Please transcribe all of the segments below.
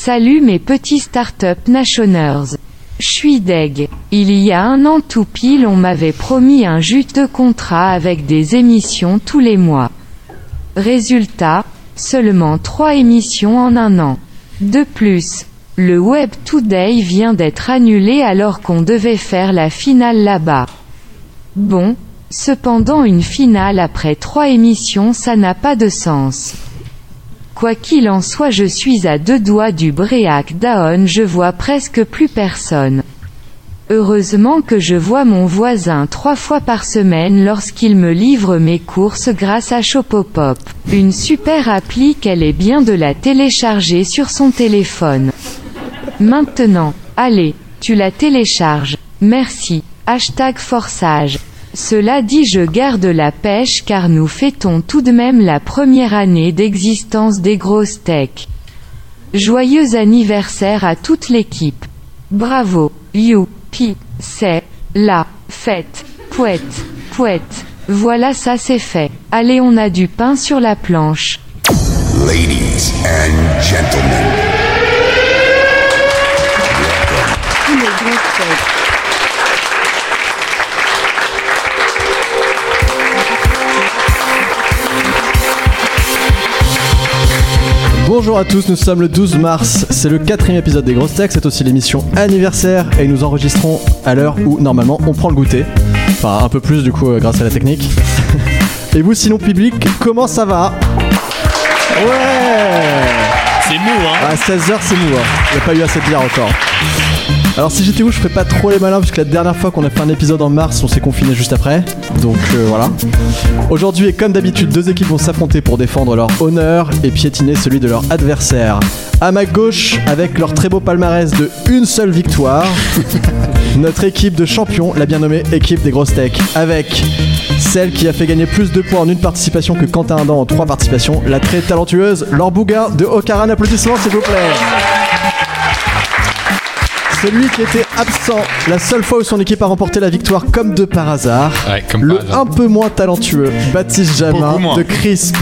Salut mes petits Startup Nationers. J'suis deg. Il y a 1 an tout pile on m'avait promis un juteux contrat avec des émissions tous les mois. Résultat, seulement 3 émissions en 1 an. De plus, le Web Today vient d'être annulé alors qu'on devait faire la finale là-bas. Bon, cependant une finale après 3 émissions ça n'a pas de sens. Quoi qu'il en soit je suis à 2 doigts du breakdown, je vois presque plus personne. Heureusement que je vois mon voisin 3 fois par semaine lorsqu'il me livre mes courses grâce à Shopopop. Une super appli qu'elle est bien de la télécharger sur son téléphone. Maintenant, allez, tu la télécharges. Merci. #forçage. Cela dit je garde la pêche car nous fêtons tout de même la première année d'existence des grosses tech. Joyeux anniversaire à toute l'équipe. Bravo, youpi, c'est la fête. Pouette, pouette. Voilà ça c'est fait. Allez on a du pain sur la planche. Ladies and gentlemen. Tous les grosses tech. Bonjour à tous, nous sommes le 12 mars, c'est le 4e épisode des Grosses Tech, c'est aussi l'émission anniversaire et nous enregistrons à l'heure où normalement on prend le goûter. Enfin un peu plus du coup grâce à la technique. Et vous sinon public, comment ça va? Ouais. C'est mou hein. À 16h c'est mou hein. Il n'y a pas eu assez de bière encore. Alors si j'étais vous je ferais pas trop les malins puisque la dernière fois qu'on a fait un épisode en mars on s'est confiné juste après. Donc voilà. Aujourd'hui et comme d'habitude 2 équipes vont s'affronter pour défendre leur honneur et piétiner celui de leur adversaire. À ma gauche avec leur très beau palmarès de une seule victoire, notre équipe de champions, la bien nommée équipe des grosses tech, avec celle qui a fait gagner plus de points en une participation que Quentin Adam en 3 participations, la très talentueuse Laure Bouga de Ocaran. Applaudissements s'il vous plaît. Celui qui était absent la seule fois où son équipe a remporté la victoire comme de par hasard, ouais, comme le par hasard. Un peu moins talentueux Baptiste Jamin de Crisp.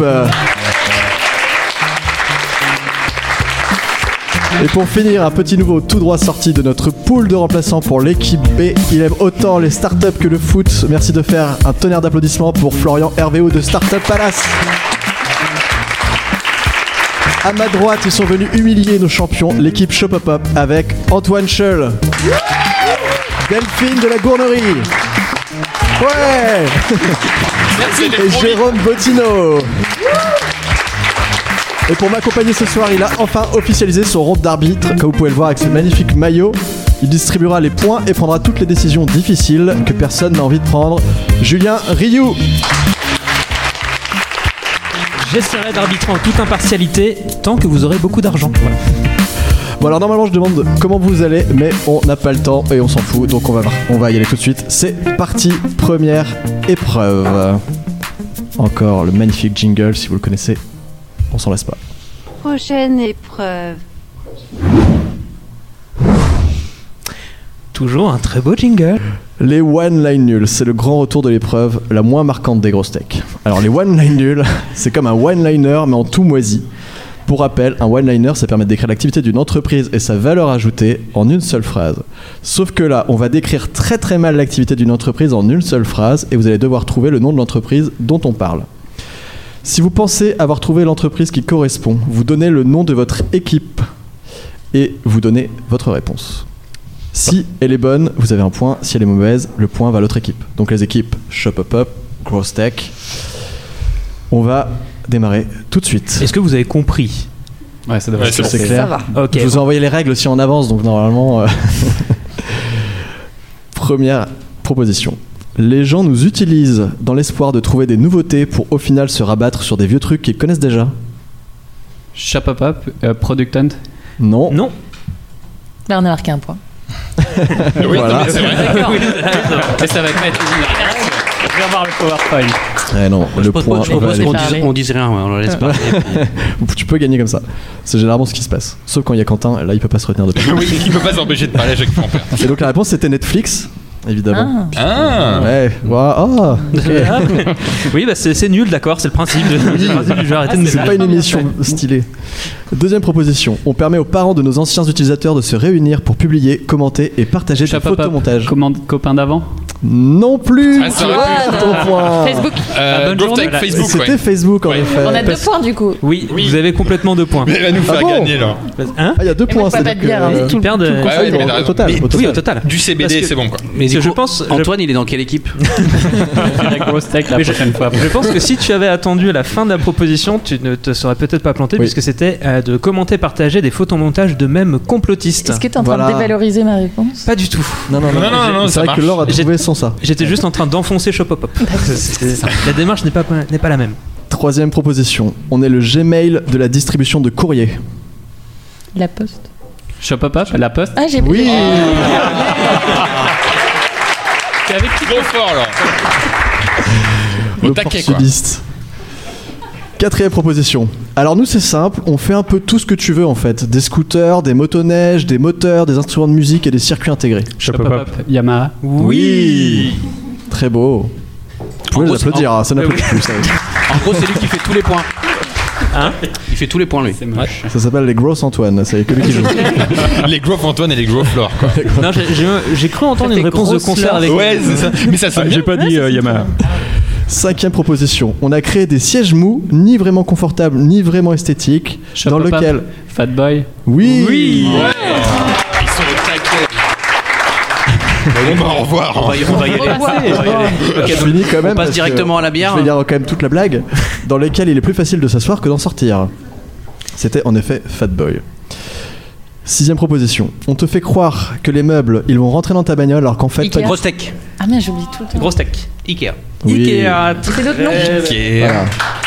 Et pour finir, un petit nouveau tout droit sorti de notre pool de remplaçants pour l'équipe B. Il aime autant les startups que le foot. Merci de faire un tonnerre d'applaudissements pour Florian Hervéo de Startup Palace. À ma droite, ils sont venus humilier nos champions, l'équipe Shopopop, avec Antoine Scheul, Delphine de la Gournerie, ouais, et Jérôme Bottino. Et pour m'accompagner ce soir, il a enfin officialisé son rôle d'arbitre, comme vous pouvez le voir avec ce magnifique maillot. Il distribuera les points et prendra toutes les décisions difficiles que personne n'a envie de prendre. Julien Rioux. J'essaierai d'arbitrer en toute impartialité tant que vous aurez beaucoup d'argent. Voilà. Bon alors normalement je demande comment vous allez, mais on n'a pas le temps et on s'en fout, donc on va y aller tout de suite. C'est parti, première épreuve. Encore le magnifique jingle, si vous le connaissez, on s'en lasse pas. Prochaine épreuve. Toujours un très beau jingle. Les one-line nuls, c'est le grand retour de l'épreuve la moins marquante des grosses tech. Alors les one-line nuls, c'est comme un one-liner mais en tout moisi. Pour rappel, un one-liner, ça permet de décrire l'activité d'une entreprise et sa valeur ajoutée en une seule phrase. Sauf que là, on va décrire très très mal l'activité d'une entreprise en une seule phrase et vous allez devoir trouver le nom de l'entreprise dont on parle. Si vous pensez avoir trouvé l'entreprise qui correspond, vous donnez le nom de votre équipe et vous donnez votre réponse. Si elle est bonne, vous avez un point. Si elle est mauvaise, le point va à l'autre équipe. Donc les équipes Shopopop, Grosse Tech. On va démarrer tout de suite. Est-ce que vous avez compris? Ouais, ça devrait c'est clair. Ça va. Ok. Je vous ai envoyé les règles aussi en avance, donc normalement... Première proposition. Les gens nous utilisent dans l'espoir de trouver des nouveautés pour au final se rabattre sur des vieux trucs qu'ils connaissent déjà. Shopopop, Product Hunt. Non. Non. Là, on a marqué un point. Oui, Voilà. non, mais c'est vrai. D'accord. Mais ça va pas être je vais avoir le PowerPoint. Eh non, Je le propose point va aller. qu'on dise rien, on le laisse parler. Tu peux gagner comme ça. C'est généralement ce qui se passe. Sauf quand il y a Quentin, là il peut pas se retenir de parler. Oui, il peut pas s'empêcher de parler à chaque fois. Et donc la réponse c'était Netflix. évidemment. Ouais. Wow. Oui, bah c'est nul, d'accord, c'est le principe du jeu. Arrêtez de nous C'est pas une émission stylée. Deuxième proposition. On permet aux parents de nos anciens utilisateurs de se réunir pour publier, commenter et partager des photomontages. Copain d'avant. Non plus. Ça aurait pu. Ton point. Facebook. GrowthTech, Facebook, C'était Facebook en effet. On a 2 points du coup. Oui, vous avez complètement 2 points. Mais elle va nous faire bon gagner là. Hein? Ah, il y a 2 Et points. moi, je bois pas de bière, hein, Ils perdent. Ouais, mais t'as au raison. total. Oui, au total. Du CBD, Parce que- c'est bon quoi. Mais du Parce que coup, je pense- Antoine, il est dans quelle équipe? Avec GrowthTech la Mais prochaine fois. Je pense que si tu avais attendu la fin de la proposition, tu ne te serais peut-être pas planté, Oui. puisque c'était de commenter, partager des photomontages de mèmes complotistes. Est-ce que t'es en train Voilà. de dévaloriser ma réponse? Pas du tout. Non, Non, C'est ça vrai que marche. Laure a trouvé sans ça. J'étais juste en train d'enfoncer Shopopop. La démarche n'est pas la même. Troisième proposition. On est le Gmail de la distribution de courrier. La poste. Shopopop, la poste. Ah, j'ai Oui. T'es avec qui trop fort là. Au taquet quoi. L'opportuniste. Quatrième proposition. Alors nous c'est simple, on fait un peu tout ce que tu veux en fait. Des scooters, des motoneiges, des moteurs, des instruments de musique et des circuits intégrés. Shopopop, Yamaha. Oui. Très beau. Vous pouvez les applaudir, hein, ça n'applaudit plus. Ça, En gros, c'est lui qui fait tous les points. Il fait tous les points, lui. C'est moche. ça s'appelle les Gross Antoine, c'est que lui qui joue. Les Growth Antoine et les Growth Flore quoi. Non, j'ai cru entendre Ça une fait réponse de grosse concert fleur. avec. Ouais, c'est ça. Mais ça sonne bien. J'ai pas dit Yamaha. Cinquième proposition. On a créé des sièges mous, ni vraiment confortables, ni vraiment esthétiques, dans Shopopop. lequel... Fatboy. Oui. Oui. Ils sont au taquet. Bon bah au revoir. On va y aller. Je finis quand même On passe parce directement que à la bière. Je vais dire quand même toute la blague, dans lesquelles il est plus facile de s'asseoir que d'en sortir. C'était en effet Fatboy. Sixième proposition. On te fait croire que les meubles, ils vont rentrer dans ta bagnole alors qu'en fait... Ikea. Grosse tech. Ah, mais j'oublie tout. Grosse tech. Ikea. Oui. Ikea. C'est d'autres noms. Voilà.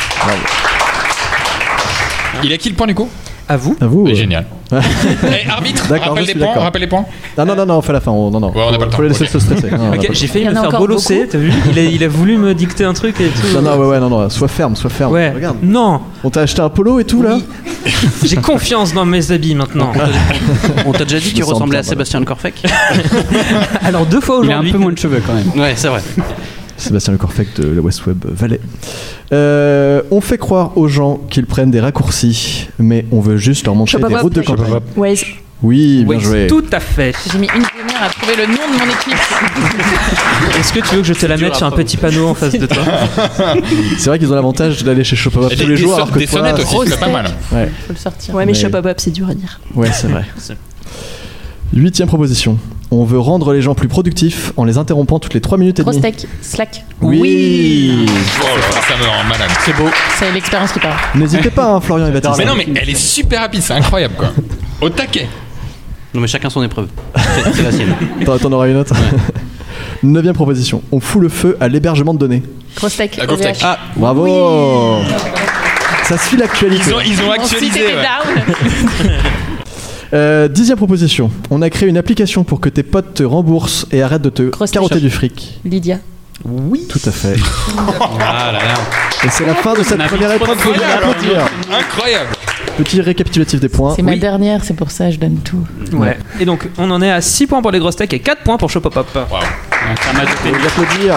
Il a qui le point du coup? À vous. À vous. Génial. Eh, arbitre, D'accord, rappelle je les suis points, d'accord. rappelle les points. Non, on fait la fin. Non. Ouais, on n'a pas le temps. Faut les laisser Ok. se stresser. Non, on a Ok, pas le j'ai failli Il y me en a faire encore bolosser, beaucoup. t'as vu il a voulu me dicter un truc et tout. temps. Non, sois ferme. Ouais. Regarde. Non, On t'a acheté un polo et tout là. j'ai confiance dans mes habits maintenant. On t'a déjà dit que tu Me semble ressemblais à bien, Sébastien Le Corfec? Alors 2 fois Il a un aujourd'hui. peu moins de cheveux quand même. Ouais, c'est vrai. Sébastien Le Corfec de la West Web Valais. On fait croire aux gens qu'ils prennent des raccourcis, mais on veut juste leur montrer des Shopopop. routes de campagne. Waze. Oui, bien Oui, joué. tout à fait. J'ai mis une demi-heure à trouver le nom de mon équipe. Est-ce que tu veux que je te la mette sur un petit panneau en face de toi? C'est vrai qu'ils ont l'avantage d'aller chez Shopopop Et tous les jours, alors que des toi, sonnettes aussi, c'est pas mal. Ouais, Faut le sortir. Ouais, mais Mais- Shopopop, c'est dur à dire. ouais, c'est vrai. Huitième proposition. On veut rendre les gens plus productifs en les interrompant toutes les 3 minutes et Grosse demie. tech. Slack. Oui. Oh là là, ça me rend malade. C'est beau. C'est l'expérience qui parle. N'hésitez pas, hein, Florian et Baptiste. Mais non, mais elle est super rapide, c'est incroyable quoi. Au taquet. Non, mais chacun son épreuve. C'est la sienne. T'en auras une autre. Neuvième proposition. On fout le feu à l'hébergement de données. Grosse tech. La Grosse Tech. OVH. Bravo. Ça suit l'actualité. Ils ont Mon site actualisé. était Ouais. down. Dixième proposition. On a créé une application pour que tes potes te remboursent et arrêtent de te Grosse carotter tech. du fric. Lydia. Tout à fait. Ah là là. Et c'est la fin de cette première épreuve. Faut bien applaudir. Incroyable. Petit récapitulatif des points. C'est ma dernière, c'est pour ça je donne tout. Ouais. Et donc, on en est à 6 points pour les grosses tech et 4 points pour Shopopop. Un match de Faut tennis. bien applaudir.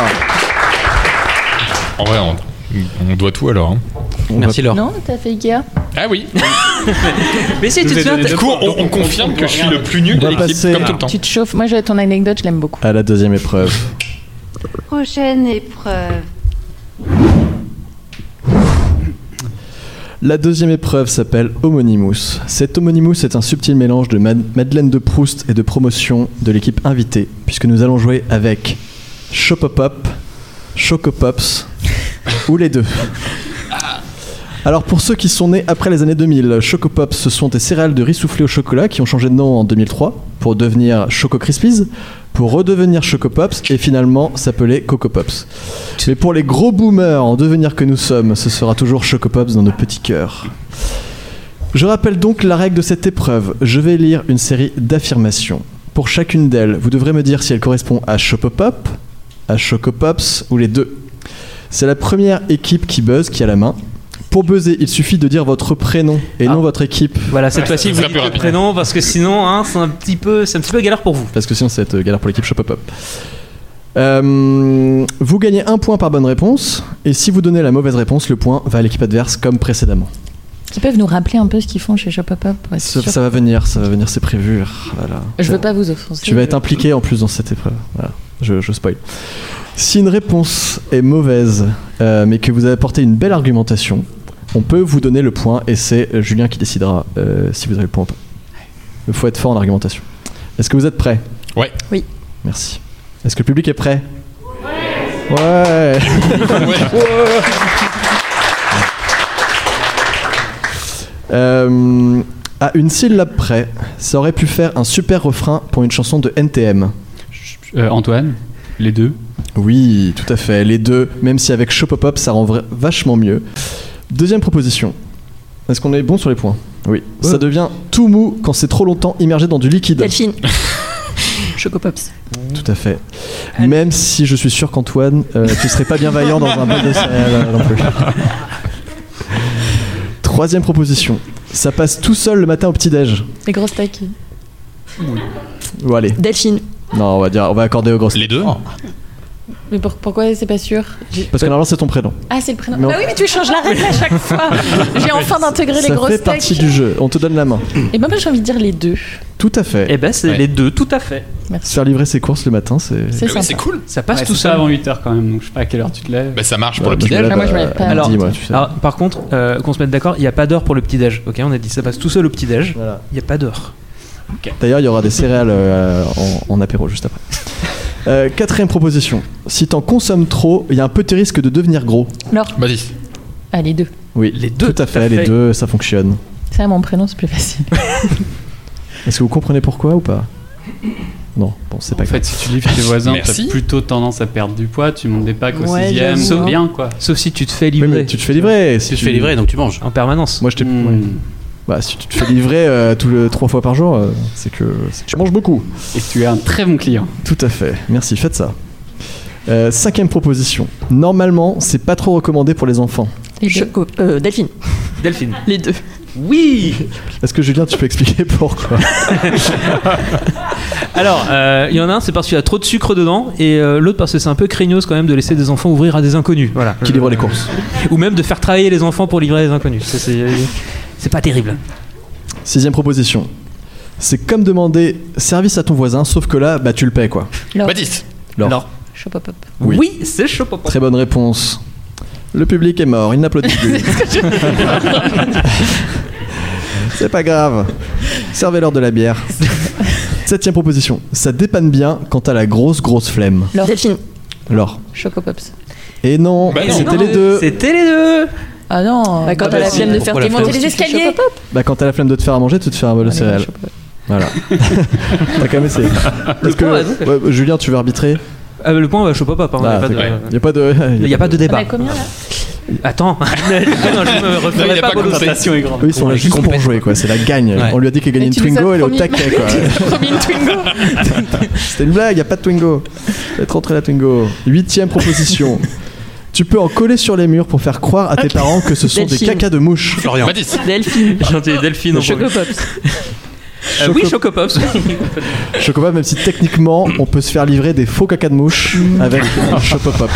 En vrai, on doit tout alors. Hein. Merci Laure. Non, t'as fait Ikea. Ah oui. Mais si, tu te souviens, Du coup, on confirme que je suis le plus nul de On va l'équipe, passer- comme tout le temps. Tu te chauffes. Moi, ton anecdote, je l'aime beaucoup. À la deuxième épreuve. Prochaine épreuve. La deuxième épreuve s'appelle Homonymous. Cet Homonymous est un subtil mélange de Madeleine de Proust et de promotion de l'équipe invitée, puisque nous allons jouer avec Shopopop, Chocopops ou les deux. Alors pour ceux qui sont nés après les années 2000, Chocopops, ce sont des céréales de riz soufflé au chocolat qui ont changé de nom en 2003 pour devenir Choco Krispies, pour redevenir Chocopops et finalement s'appeler Coco Pops. Mais pour les gros boomers en devenir que nous sommes, ce sera toujours Chocopops dans nos petits cœurs. Je rappelle donc la règle de cette épreuve. Je vais lire une série d'affirmations. Pour chacune d'elles, vous devrez me dire si elle correspond à Chopopop, à Chocopops ou les deux. C'est la première équipe qui buzz qui a la main. Pour buzzer, il suffit de dire votre prénom et non votre équipe. voilà, cette fois-ci, ça vous sera dites plus le rapide. prénom parce que sinon, hein, c'est un petit peu galère pour vous. Parce que sinon, ça va être galère pour l'équipe Chopopop. Vous gagnez 1 point par bonne réponse, et si vous donnez la mauvaise réponse, le point va à l'équipe adverse comme précédemment. Ils peuvent nous rappeler un peu ce qu'ils font chez Shopopop. Ça va venir, c'est prévu. Voilà. Je veux pas vous offenser. Tu vas être impliqué en plus dans cette épreuve. Voilà. Je spoil. Si une réponse est mauvaise, mais que vous avez apporté une belle argumentation, on peut vous donner le point, et c'est Julien qui décidera si vous avez le point ou pas. Il faut être fort en argumentation. Est-ce que vous êtes prêts ? Ouais. Oui. Merci. Est-ce que le public est prêt ? Ouais. À une syllabe près, ça aurait pu faire un super refrain pour une chanson de NTM. Antoine, les deux. Oui, tout à fait, les deux, même si avec Shopopop ça rend vachement mieux. Deuxième proposition. Est-ce qu'on est bon sur les points ? Oui. Ouais. Ça devient tout mou quand c'est trop longtemps immergé dans du liquide. Delphine. Chocopops. Tout à fait. Même si je suis sûr qu'Antoine, tu serais pas bien vaillant dans un bol de céréales non plus. Troisième proposition. Ça passe tout seul le matin au petit-déj. Les grosses steaks. Bon, allez. Delphine. Non, on va accorder aux grosses. Les deux. Mais pourquoi c'est pas sûr ? Parce que normalement c'est ton prénom. Ah, c'est le prénom. Bah oui, mais tu changes la règle à chaque fois. J'ai enfin d'intégrer les grosses steaks. Ça fait partie du jeu. On te donne la main. Et ben moi j'ai envie de dire les deux. Tout à fait. Et ben c'est les deux, tout à fait. Merci. Se faire livrer ses courses le matin, c'est sympa. C'est cool. Ça passe tout ça seul avant 8h quand même, donc je sais pas à quelle heure tu te lèves. Bah ça marche pour le je petit me lève moi, je me lève pas. à Alors, midi, moi, tu sais. Alors, par contre, qu'on se mette d'accord, il n'y a pas d'heure pour le petit-déj. Ok, on a dit ça passe tout seul au petit-déj. Voilà. Il n'y a pas d'heure. D'ailleurs, il y aura des céréales en apéro juste après. Quatrième proposition. Si t'en consommes trop, il y a un petit risque de devenir gros. Laure. Vas-y. Ah, les deux. Oui, Les deux, tout à fait, les deux, ça fonctionne. Ça, mon prénom, c'est plus facile. Est-ce que vous comprenez pourquoi ou pas ? Non, bon, c'est pas En grave. fait, si tu livres tes voisins, Merci. t'as plutôt tendance à perdre du poids, tu montes des packs au Ouais, 6ème, j'avoue. c'est bien quoi. Sauf si tu te fais Oui, livrer mais tu te fais livrer. Tu te fais livrer, donc tu manges. en permanence. Moi, je t'ai. Hmm. Ouais. Bah, si tu te fais livrer 3 fois par jour, c'est que tu manges beaucoup. Et tu es un très bon client. Tout à fait. Merci, faites ça. Cinquième proposition. Normalement, c'est pas trop recommandé pour les enfants. Les deux. Delphine. Delphine. Les deux. Oui. Est-ce que Julien, tu peux expliquer pourquoi ? Alors, il y en a un, c'est parce qu'il y a trop de sucre dedans, et l'autre parce que c'est un peu craignos quand même de laisser des enfants ouvrir à des inconnus. Voilà. Qui livre les courses. Ou même de faire travailler les enfants pour livrer à des inconnus. C'est pas terrible. Sixième proposition. C'est comme demander service à ton voisin, sauf que là, bah, tu le paies quoi. Laure. Baptiste. Laure. Shopopop. Oui. C'est chaud. Papa. Très bonne réponse. Le public est mort, il n'applaudit plus. C'est pas grave. Servez-leur de la bière. Septième proposition. Ça dépanne bien quand t'as la grosse flemme. Laure. Delphine. Laure. Chocopops. Et non, Bah non. c'était Non, les deux. C'était les deux. Ah non. Bah, quand t'as la flemme de faire tes monter courses, les tu fais escaliers. Chocopop. Bah quand t'as la flemme de te faire à manger, tu te fais un bol de céréales. Voilà. T'as quand même essayé. Est-ce que ouais, Julien, tu veux arbitrer ? Le point va chaud papa. Ah, Il n'y a pas de Ah débat. bah, combien là ? Attends. Non, je me referai Non, il a pas pas Bolo. compris. Tentation est grande. Eux, ils sont là juste pour jouer, quoi. C'est la gagne. Ouais. On lui a dit qu'il gagnait une tu nous as Twingo, elle est au promis- taquet, quoi. Tu nous as promis une Twingo. C'était une blague, y a pas de Twingo. Faites rentrer la Twingo. Huitième proposition. Tu peux en coller sur les murs pour faire croire à tes parents que ce sont des Delphine. cacas de mouches. Florian. Baptiste. Delphine. Gentil, Delphine. Chocopops. Oui, Chocopops. Chocopop, même si techniquement on peut se faire livrer des faux cacas de mouches avec Chocopop.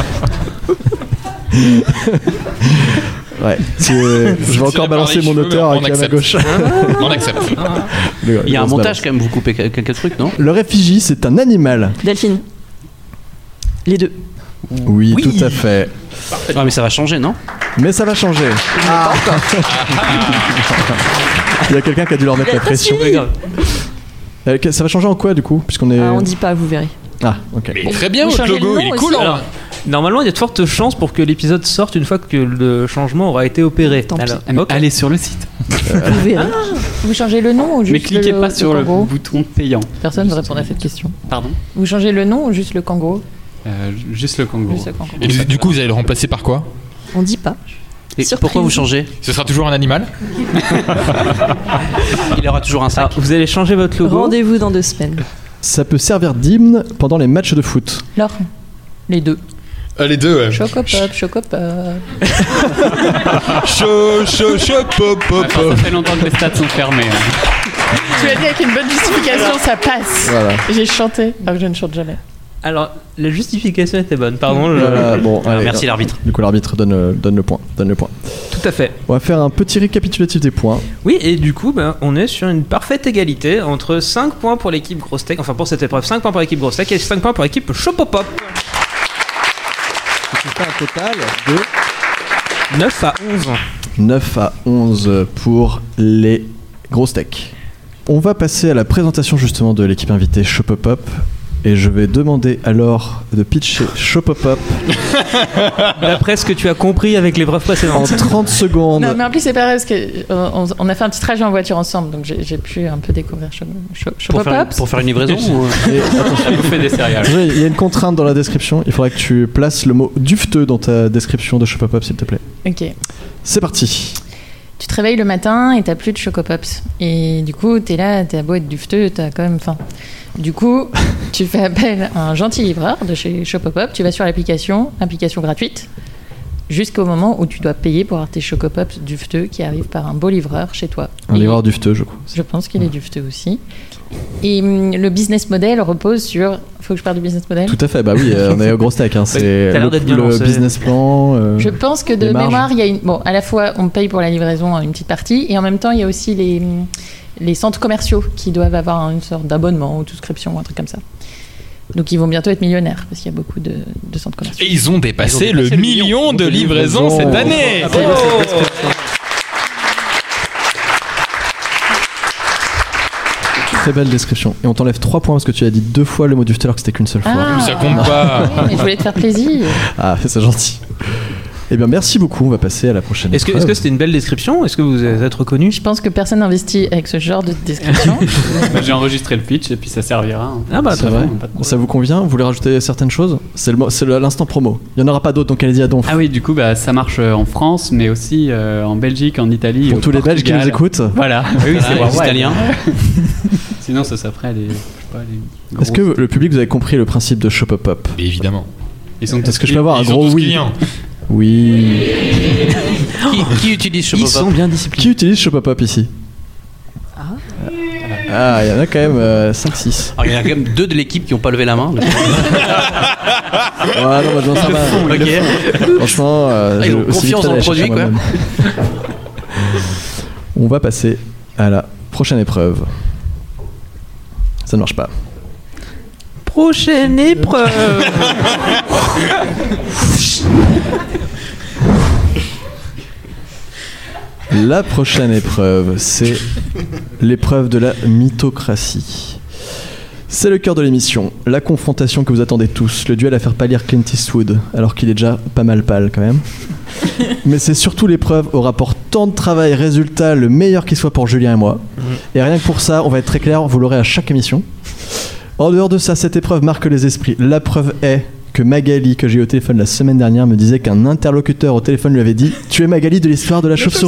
Ouais, je vais encore balancer mon auteur avec la main gauche. On accepte. Il y a un montage quand même, vous coupez quelques trucs, non ? Le réfugié, c'est un animal. Delphine. Les deux. Oui, tout à fait. Ah, mais ça va changer, non ? Mais ça va changer. Ah. Il y a quelqu'un qui a dû leur mettre la pression. Ça va changer en quoi du coup, puisqu'on est. Ah, on dit pas, vous verrez. Ah, ok. Mais très bien, Vous votre changez logo, le il est nom cool. aussi, hein. Alors, normalement, il y a de fortes chances pour que l'épisode sorte une fois que le changement aura été opéré. Tant pis. Alors, ok. Allez sur le site. Vous verrez. Vous changez le nom ou juste Mais cliquez pas sur le kangourou ? bouton payant. Personne ne répond à cette question. Pardon Vous changez le nom ou juste le kangourou ? Juste le kangourou. Juste le kangourou. Et du coup, vous allez le remplacer par quoi ? On dit pas. Et Surprise. pourquoi vous changez ? Ce sera toujours un animal ? Il aura toujours un sac. Alors, vous allez changer votre logo. Rendez-vous dans 2 semaines. Ça peut servir d'hymne pendant les matchs de foot. Laure. Les deux. Les deux, ouais. Chocopop, Chocopop. Pop, pop, Attends, ça fait longtemps que les stades sont fermés. Tu as dit avec une bonne justification, ça passe. Voilà. J'ai chanté, alors que je ne chante jamais. Alors, la justification était bonne, pardon. Bon, allez, merci l'arbitre. Du coup, l'arbitre donne le point. Tout à fait. On va faire un petit récapitulatif des points. Oui, et du coup, on est sur une parfaite égalité entre 5 points pour l'équipe Grosse Tech, enfin pour cette épreuve, 5 points pour l'équipe Grosse Tech et 5 points pour l'équipe Chopopop. Ce qui fait un total de 9 à 11. 9 à 11 pour les Grosses Tech. On va passer à la présentation justement de l'équipe invitée Chopopop. Et je vais demander alors de pitcher Chopopop. D'après ce que tu as compris avec l'épreuve précédente. En 30 secondes. Non, mais en plus, c'est pas vrai parce qu'on a fait un petit trajet en voiture ensemble, donc j'ai pu un peu découvrir Chopopop. Pour faire une livraison ou... Et attention, On fait des céréales. il y a une contrainte dans la description. Il faudrait que tu places le mot dufteux dans ta description de Chopopop, s'il te plaît. Ok. C'est parti. Tu te réveilles le matin et t'as plus de Chocopops. Et du coup, t'es là, t'as beau être dufteux, t'as quand même faim. Du coup, tu fais appel à un gentil livreur de chez Chopopop. Tu vas sur l'application gratuite, jusqu'au moment où tu dois payer pour avoir tes Chocopops dufteux qui arrivent par un beau livreur chez toi. Un livreur dufteux, je crois. Je pense qu'il est dufteux aussi. Et le business model repose sur... Faut que je parle du business model ? Tout à fait, bah oui, on est au Gros Tech. Hein, c'est t'as l'air d'être bien le lancé. business plan. Je pense que de les marges. mémoire, il y a une... Bon, à la fois, on paye pour la livraison une petite partie, et en même temps, il y a aussi les centres commerciaux qui doivent avoir une sorte d'abonnement ou de souscription ou un truc comme ça. Donc ils vont bientôt être millionnaires parce qu'il y a beaucoup de centres commerciaux. Et ils ont dépassé le million de livraisons cette année. Très belle description. Et on t'enlève 3 points parce que tu as dit 2 fois le mot dufteux alors que c'était qu'une seule fois. Ça compte pas. Oui, mais je voulais te faire plaisir. Ah, c'est gentil. Eh bien, merci beaucoup. On va passer à la prochaine. Est-ce que c'était une belle description ? Est-ce que vous êtes reconnu ? Je pense que personne n'investit avec ce genre de description. J'ai enregistré le pitch et puis ça servira. Hein. Ah bah C'est vrai. Ça vous convient ? Vous voulez rajouter certaines choses ? C'est l'instant promo. Il n'y en aura pas d'autres, donc allez-y à donf. Ah oui, du coup, ça marche en France, mais aussi en Belgique, en Italie. Pour au tous les Belges qui nous Portugal. écoutent. Voilà. Oui, c'est les vrai. Italiens. Sinon, ça ferait les Est-ce que le public, vous avez compris le principe de Chopopop ? Mais évidemment. Est-ce que je peux avoir un Ils sont gros tous oui ? clients. Oui. Qui utilise Ils Chopopop sont bien disciplinés. Qui utilise Chopopop ici ? Ah, il y en a quand même 5-6. Alors, il y en a quand même 2 de l'équipe qui n'ont pas levé la main. Ah non, moi, ça va. Ok. Franchement, Ils ont aussi confiance vite dans le aller chercher produit, quoi. moi-même. On va passer à la prochaine épreuve. Ça ne marche pas. Prochaine épreuve. La prochaine épreuve, c'est l'épreuve de la mythocratie. C'est le cœur de l'émission, la confrontation que vous attendez tous, le duel à faire pâlir Clint Eastwood, alors qu'il est déjà pas mal pâle quand même. Mais c'est surtout l'épreuve au rapport temps de travail, résultat, le meilleur qui soit pour Julien et moi. Et rien que pour ça, on va être très clair, vous l'aurez à chaque émission. En dehors de ça, cette épreuve marque les esprits. La preuve est que Magali, que j'ai eu au téléphone la semaine dernière, me disait qu'un interlocuteur au téléphone lui avait dit « Tu es Magali de l'histoire de la chauve-souris ?»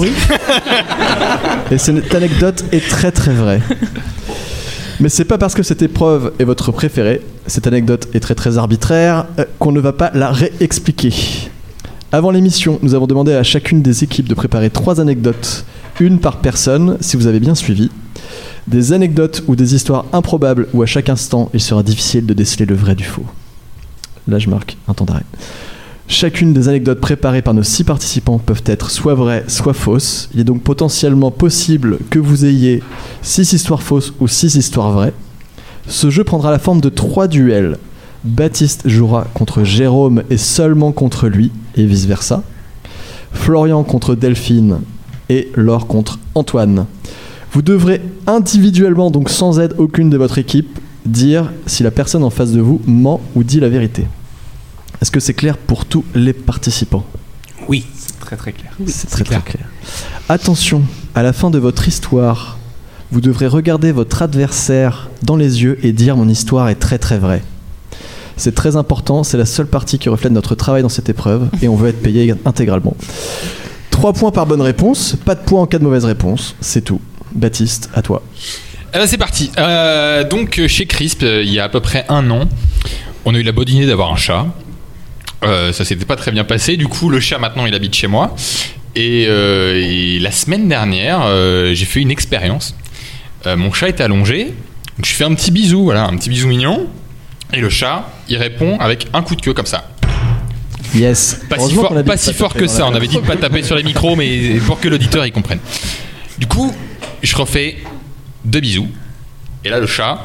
Et cette anecdote est très très vraie. Mais c'est pas parce que cette épreuve est votre préférée, cette anecdote est très très arbitraire, qu'on ne va pas la réexpliquer. Avant l'émission, nous avons demandé à chacune des équipes de préparer 3 anecdotes, une par personne, si vous avez bien suivi. Des anecdotes ou des histoires improbables où à chaque instant, il sera difficile de déceler le vrai du faux. Là, je marque un temps d'arrêt. Chacune des anecdotes préparées par nos 6 participants peuvent être soit vraies, soit fausses. Il est donc potentiellement possible que vous ayez 6 histoires fausses ou 6 histoires vraies. Ce jeu prendra la forme de 3 duels. Baptiste jouera contre Jérôme et seulement contre lui, et vice-versa. Florian contre Delphine et Laure contre Antoine. Vous devrez individuellement, donc sans aide aucune de votre équipe, dire si la personne en face de vous ment ou dit la vérité. Est-ce que c'est clair pour tous les participants ? Oui. C'est très très clair. C'est très très clair. Attention, à la fin de votre histoire, vous devrez regarder votre adversaire dans les yeux et dire « Mon histoire est très très vraie ». C'est très important, c'est la seule partie qui reflète notre travail dans cette épreuve et on veut être payé intégralement. 3 points par bonne réponse, pas de points en cas de mauvaise réponse, c'est tout. Baptiste, à toi. C'est parti. Donc chez Crisp, il y a à peu près 1 an, on a eu la bonne idée d'avoir un chat. Ça s'était pas très bien passé. Du coup, le chat maintenant, il habite chez moi. Et la semaine dernière, j'ai fait une expérience. Mon chat était allongé. Donc, je fais un petit bisou, voilà, un petit bisou mignon. Et le chat, il répond avec un coup de queue comme ça. Yes. Pas si Heureusement fort, qu'on a dit pas de si pas fort taper que dans ça. la On avait dit de pas taper sur les micros, mais pour que l'auditeur y comprenne. Du coup, je refais 2 bisous. Et là, le chat.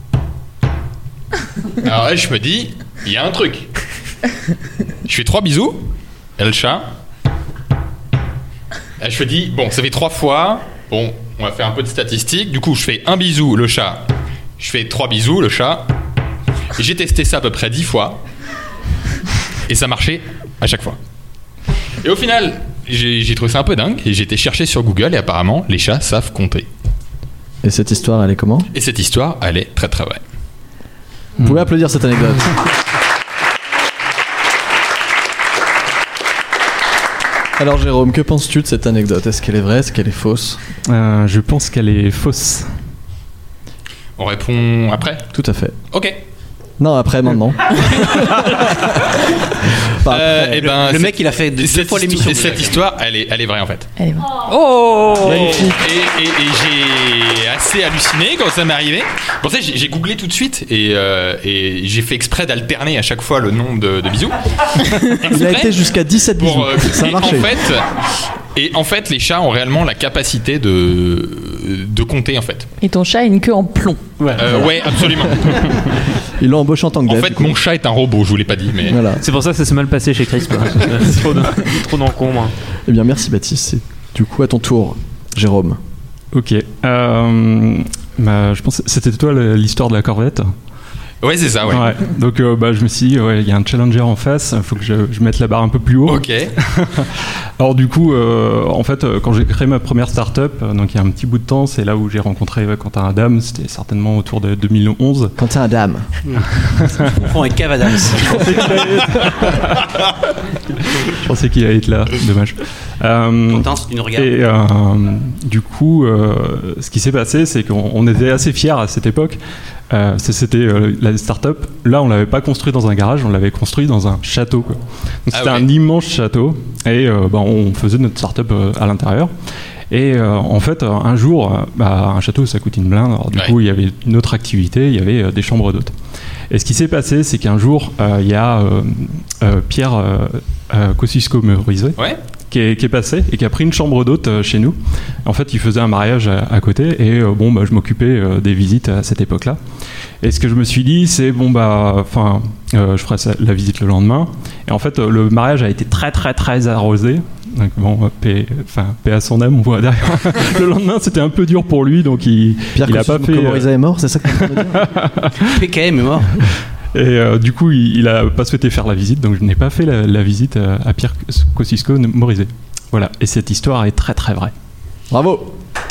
Alors là, je me dis, il y a un truc. Je fais 3 bisous. Et là, le chat. Et je me dis, bon, ça fait 3 fois. Bon, on va faire un peu de statistiques. Du coup, je fais un bisou, le chat. Je fais 3 bisous, le chat. Et j'ai testé ça à peu près 10 fois. Et ça marchait à chaque fois. Et au final, j'ai trouvé ça un peu dingue. Et j'ai été chercher sur Google. Et apparemment, les chats savent compter. Et cette histoire, elle est comment ? Et cette histoire, elle est très très vraie. Vous pouvez applaudir cette anecdote. Alors Jérôme, que penses-tu de cette anecdote ? Est-ce qu'elle est vraie ? Est-ce qu'elle est fausse ? Je pense qu'elle est fausse. On répond après ? Tout à fait. Ok. Non, après, maintenant. Eh ben, Le mec, il a fait 2 fois l'émission. Cette histoire, elle est vraie en fait. Elle est vraie. Oh Magnifique. Et j'ai assez halluciné quand ça m'est arrivé. Pour ça, j'ai googlé tout de suite et j'ai fait exprès d'alterner à chaque fois le nombre de bisous. Il a été jusqu'à 17 bisous. Pour, Ça a marché. Et en fait, les chats ont réellement la capacité de compter en fait. Et ton chat a une queue en plomb. Ouais, absolument. Ils l'ont embauché en tant que En dev. fait, mon chat est un robot, je vous l'ai pas dit, mais. Voilà. C'est pour ça que ça s'est mal passé chez Crisp. Trop d'encombre. Eh bien, merci Baptiste. Et du coup, à ton tour, Jérôme. Ok. Je pense que c'était toi l'histoire de la corvette. Ouais, c'est ça, ouais. Donc je me suis dit, il y a un challenger en face, il faut que je mette la barre un peu plus haut. Ok. Alors du coup, en fait, quand j'ai créé ma première start-up, donc il y a un petit bout de temps, c'est là où j'ai rencontré Quentin Adam, c'était certainement autour de 2011. Quentin Adam. Je confonds avec Kev Adams. Je pensais qu'il allait être là, dommage. Quentin, c'est une regard. Et du coup, ce qui s'est passé, c'est qu'on était assez fiers à cette époque. C'était la start-up. Là, on l'avait pas construit dans un garage, on l'avait construit dans un château, quoi. Donc, c'était un immense château et on faisait notre start-up à l'intérieur. Et en fait, un jour, un château, ça coûte une blinde. Alors, du coup, il y avait une autre activité, il y avait des chambres d'hôtes. Et ce qui s'est passé, c'est qu'un jour, il y a Pierre Kosciusko-Morizet qui est passé et qui a pris une chambre d'hôte chez nous. En fait, il faisait un mariage à côté et je m'occupais des visites à cette époque-là. Et ce que je me suis dit, c'est je ferai la visite le lendemain. Et en fait, le mariage a été très très très arrosé. Donc paix à son âme, on voit derrière. Le lendemain, c'était un peu dur pour lui, donc il a pas fait. Morizet est mort, c'est ça que tu veux dire ? PKM est mort. Et du coup, il a pas souhaité faire la visite, donc je n'ai pas fait la visite à Pierre Kosciusko-Morizet. Voilà, et cette histoire est très très vraie. Bravo.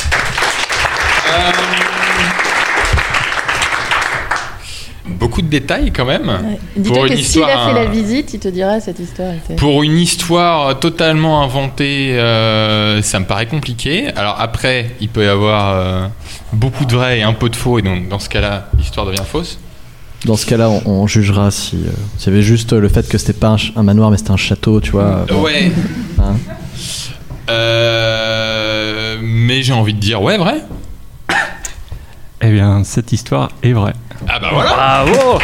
Beaucoup de détails quand même. Ouais. Dis-toi que s'il a fait la visite, il te dira cette histoire. Pour une histoire totalement inventée, ça me paraît compliqué. Alors après, il peut y avoir beaucoup de vrai et un peu de faux, et donc dans ce cas-là, l'histoire devient fausse. Dans ce cas-là, on jugera s'il y avait juste le fait que c'était pas un manoir, mais c'était un château, tu vois. Ouais. Hein. Mais j'ai envie de dire vrai. Eh bien, cette histoire est vraie. Ah bah voilà. Bravo.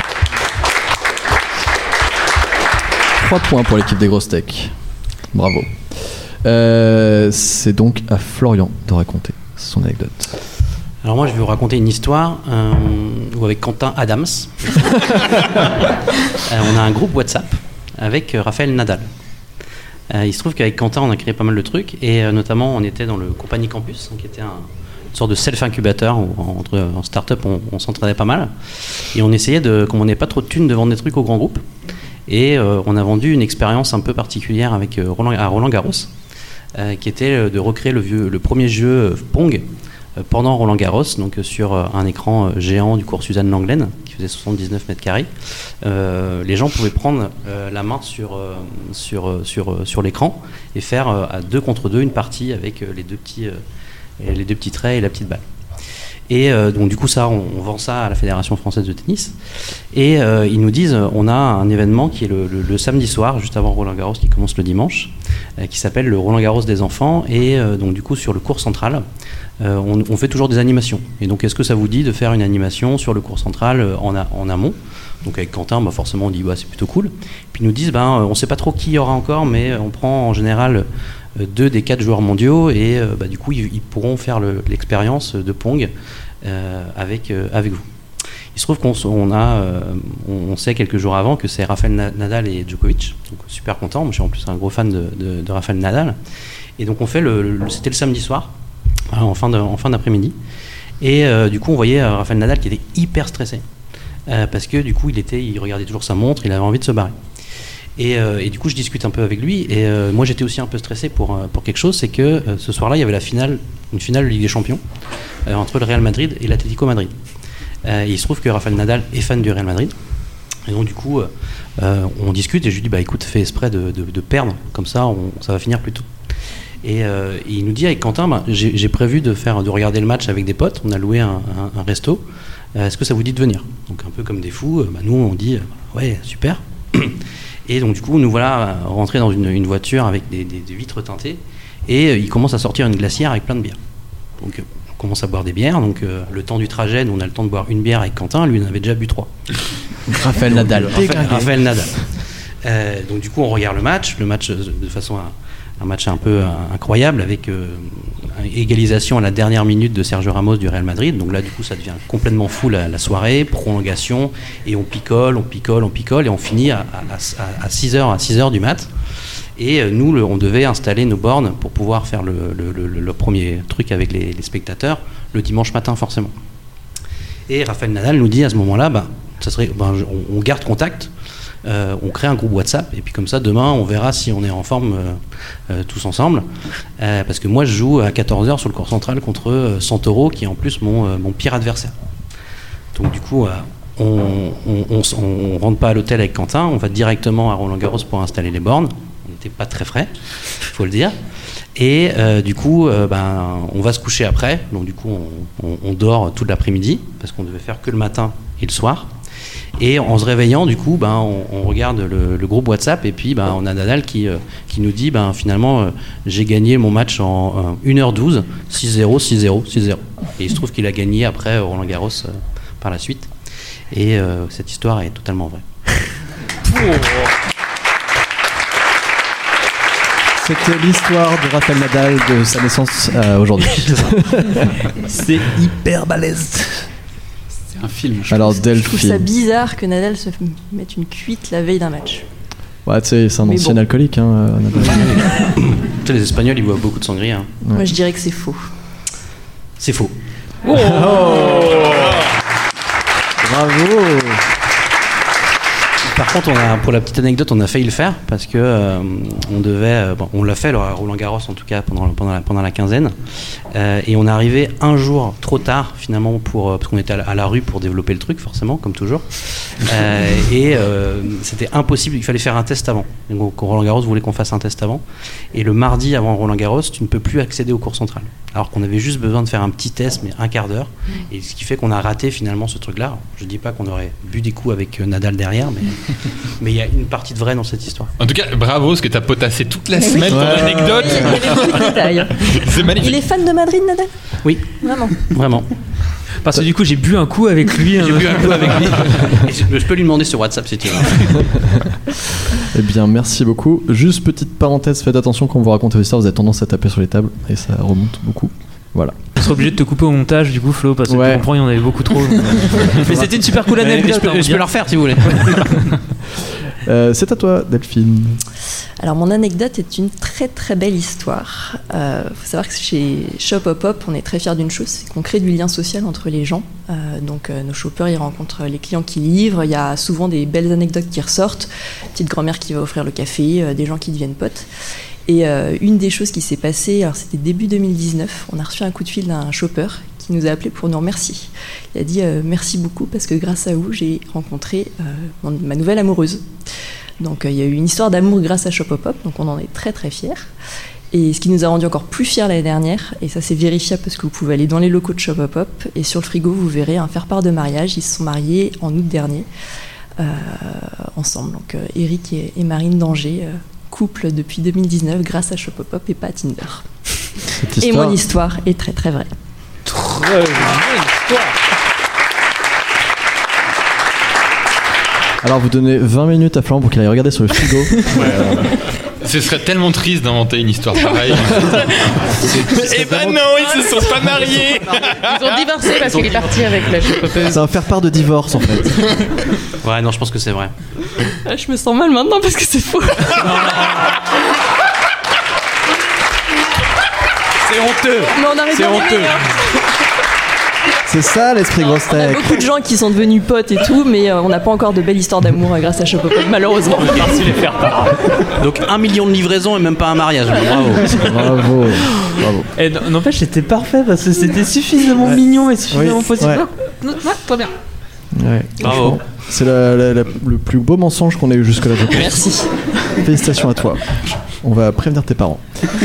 3 points pour l'équipe des grosses tech. Bravo. C'est donc à Florian de raconter son anecdote. Alors moi, je vais vous raconter une histoire où avec Quentin Adams, on a un groupe WhatsApp avec Raphaël Nadal. Il se trouve qu'avec Quentin, on a créé pas mal de trucs, et notamment, on était dans le Compagnie Campus, qui était une sorte de self-incubateur où en start-up, on s'entraînait pas mal. Et on essayait, comme on n'avait pas trop de thunes, de vendre des trucs aux grands groupes. Et on a vendu une expérience un peu particulière avec Roland Garros, qui était de recréer le premier jeu Pong pendant Roland Garros, donc sur un écran géant du cours Suzanne Langlaine, qui faisait 79 mètres carrés. Les gens pouvaient prendre la main sur l'écran et faire à 2 contre 2 une partie avec les deux petits traits et la petite balle. Et donc du coup ça, on vend ça à la Fédération française de tennis. Et ils nous disent, on a un événement qui est le samedi soir, juste avant Roland Garros, qui commence le dimanche, qui s'appelle le Roland Garros des enfants. Et donc du coup sur le cours central, on fait toujours des animations. Et donc est-ce que ça vous dit de faire une animation sur le cours central en amont, Donc avec Quentin, forcément, on dit c'est plutôt cool. Puis ils nous disent, on sait pas trop qui y aura encore, mais on prend en général 2 des 4 joueurs mondiaux et du coup, ils pourront faire l'expérience de Pong avec vous. Il se trouve qu'on sait quelques jours avant que c'est Rafael Nadal et Djokovic, donc super content. Moi, je suis en plus un gros fan de Rafael Nadal. Et donc on fait c'était le samedi soir, en fin d'après-midi. Et du coup, on voyait Rafael Nadal qui était hyper stressé. Parce que du coup, il regardait toujours sa montre, il avait envie de se barrer. Et du coup, je discute un peu avec lui. Et moi, j'étais aussi un peu stressé pour quelque chose, c'est que ce soir-là, il y avait une finale de Ligue des Champions entre le Real Madrid et l'Atlético Madrid. Et il se trouve que Rafael Nadal est fan du Real Madrid. Et donc, du coup, on discute et je lui dis écoute, fais exprès de perdre, comme ça, ça va finir plus tôt. Et il nous dit avec Quentin, j'ai prévu de regarder le match avec des potes. On a loué un resto. Est-ce que ça vous dit de venir? Donc un peu comme des fous, nous on dit ouais, super. Et donc du coup nous voilà rentrés dans une voiture avec des vitres teintées et il commence à sortir une glacière avec plein de bières. Donc on commence à boire des bières. Donc le temps du trajet, nous on a le temps de boire une bière avec Quentin, lui il en avait déjà bu 3. Raphaël Nadal. Raphaël Nadal. Donc du coup on regarde le match de façon un match un peu incroyable avec égalisation à la dernière minute de Sergio Ramos du Real Madrid. Donc là du coup ça devient complètement fou la soirée, prolongation, et on picole et on finit à 6h du mat. Et nous on devait installer nos bornes pour pouvoir faire le premier truc avec les spectateurs le dimanche matin forcément. Et Rafael Nadal nous dit à ce moment-là on garde contact. On crée un groupe WhatsApp et puis comme ça demain on verra si on est en forme tous ensemble, parce que moi je joue à 14h sur le court central contre Santoro qui est en plus mon pire adversaire. Donc du coup on rentre pas à l'hôtel avec Quentin, on va directement à Roland-Garros pour installer les bornes. On n'était pas très frais, faut le dire. Et du coup on va se coucher après, donc du coup on dort toute l'après-midi parce qu'on devait faire que le matin et le soir. Et en se réveillant, du coup, on regarde le groupe WhatsApp et puis on a Nadal qui nous dit finalement j'ai gagné mon match en 1h12, 6-0, 6-0, 6-0. Et il se trouve qu'il a gagné après Roland Garros par la suite. Et cette histoire est totalement vraie. C'était l'histoire de Rafael Nadal de sa naissance aujourd'hui. C'est hyper balèze. Un film. Alors Je trouve ça Delphine. bizarre que Nadal se mette une cuite la veille d'un match. Ouais, tu sais, c'est un Mais ancien bon. alcoolique. Nadal. Tu sais, les Espagnols, ils boivent beaucoup de sangria. Hein. Ouais. Moi je dirais que c'est faux. C'est faux. Bravo. Par contre, pour la petite anecdote, on a failli le faire parce que on l'a fait à Roland Garros en tout cas pendant la quinzaine, et on est arrivé un jour trop tard finalement parce qu'on était à la rue pour développer le truc forcément comme toujours, et c'était impossible, il fallait faire un test avant. Donc Roland Garros voulait qu'on fasse un test avant, et le mardi avant Roland Garros, tu ne peux plus accéder au cours central. Alors qu'on avait juste besoin de faire un petit test, mais un quart d'heure, et ce qui fait qu'on a raté finalement ce truc-là. Alors, je dis pas qu'on aurait bu des coups avec Nadal derrière, mais il y a une partie de vrai dans cette histoire. En tout cas, bravo, parce que t'as potassé toute la semaine ton anecdote. Il y avait beaucoup de détails. C'est magnifique. Il est fan de Madrid, Nadal? Oui, Vraiment. vraiment. Parce que du coup j'ai bu un coup avec lui. J'ai bu un coup avec lui. Et je peux lui demander sur WhatsApp si tu veux. Eh bien, merci beaucoup. Juste petite parenthèse, faites attention quand vous racontez vos histoires, vous avez tendance à taper sur les tables et ça remonte beaucoup. Voilà. On sera obligé de te couper au montage du coup Flo parce que Ouais. tu comprends il y en avait beaucoup trop. Mais c'était une super cool anecdote. Je peux le refaire si vous voulez. C'est à toi, Delphine. Alors mon anecdote est une très très belle histoire. Faut savoir que chez Shop Hop Hop, on est très fiers d'une chose, c'est qu'on crée du lien social entre les gens. Donc nos shoppers, ils rencontrent les clients qui livrent. Il y a souvent des belles anecdotes qui ressortent. Petite grand-mère qui va offrir le café, des gens qui deviennent potes. Et une des choses qui s'est passée, alors c'était début 2019, on a reçu un coup de fil d'un shopper qui nous a appelé pour nous remercier. Il a dit merci beaucoup parce que grâce à vous, j'ai rencontré ma nouvelle amoureuse. Donc il y a eu une histoire d'amour grâce à Shop Hop Hop, donc on en est très très fiers. Et ce qui nous a rendu encore plus fiers l'année dernière, et ça c'est vérifiable parce que vous pouvez aller dans les locaux de Shop Hop Hop, et sur le frigo vous verrez un faire-part de mariage. Ils se sont mariés en août dernier ensemble. Donc Eric et Marine Danger, couple depuis 2019 grâce à Shop Hop Hop et pas à Tinder. Et mon histoire est très très vraie. Alors vous donnez 20 minutes à Florent pour qu'il aille regarder sur le frigo. Ce serait tellement triste d'inventer une histoire pareille. Eh ben non, ils se sont pas mariés. Ils ont divorcé parce qu'il est parti avec la chocopeuse. Ça va faire part de divorce en fait. Ouais, non, je pense que c'est vrai. Je me sens mal maintenant parce que c'est faux. C'est honteux. Mais on aurait C'est bien aimé, honteux. C'est ça l'esprit grosse On a tech. beaucoup de gens qui sont devenus potes et tout, mais on n'a pas encore de belles histoires d'amour grâce à Shopopop, malheureusement. Merci les faire part. Donc 1 million de livraisons et même pas un mariage. Bravo. Bravo. Bravo. Et n'empêche, c'était parfait parce que c'était suffisamment mignon et suffisamment possible. ouais. Non, pas bien. Ouais, Bravo. c'est le plus beau mensonge qu'on ait eu jusque-là, je pense. Merci. Félicitations à toi. On va prévenir tes parents.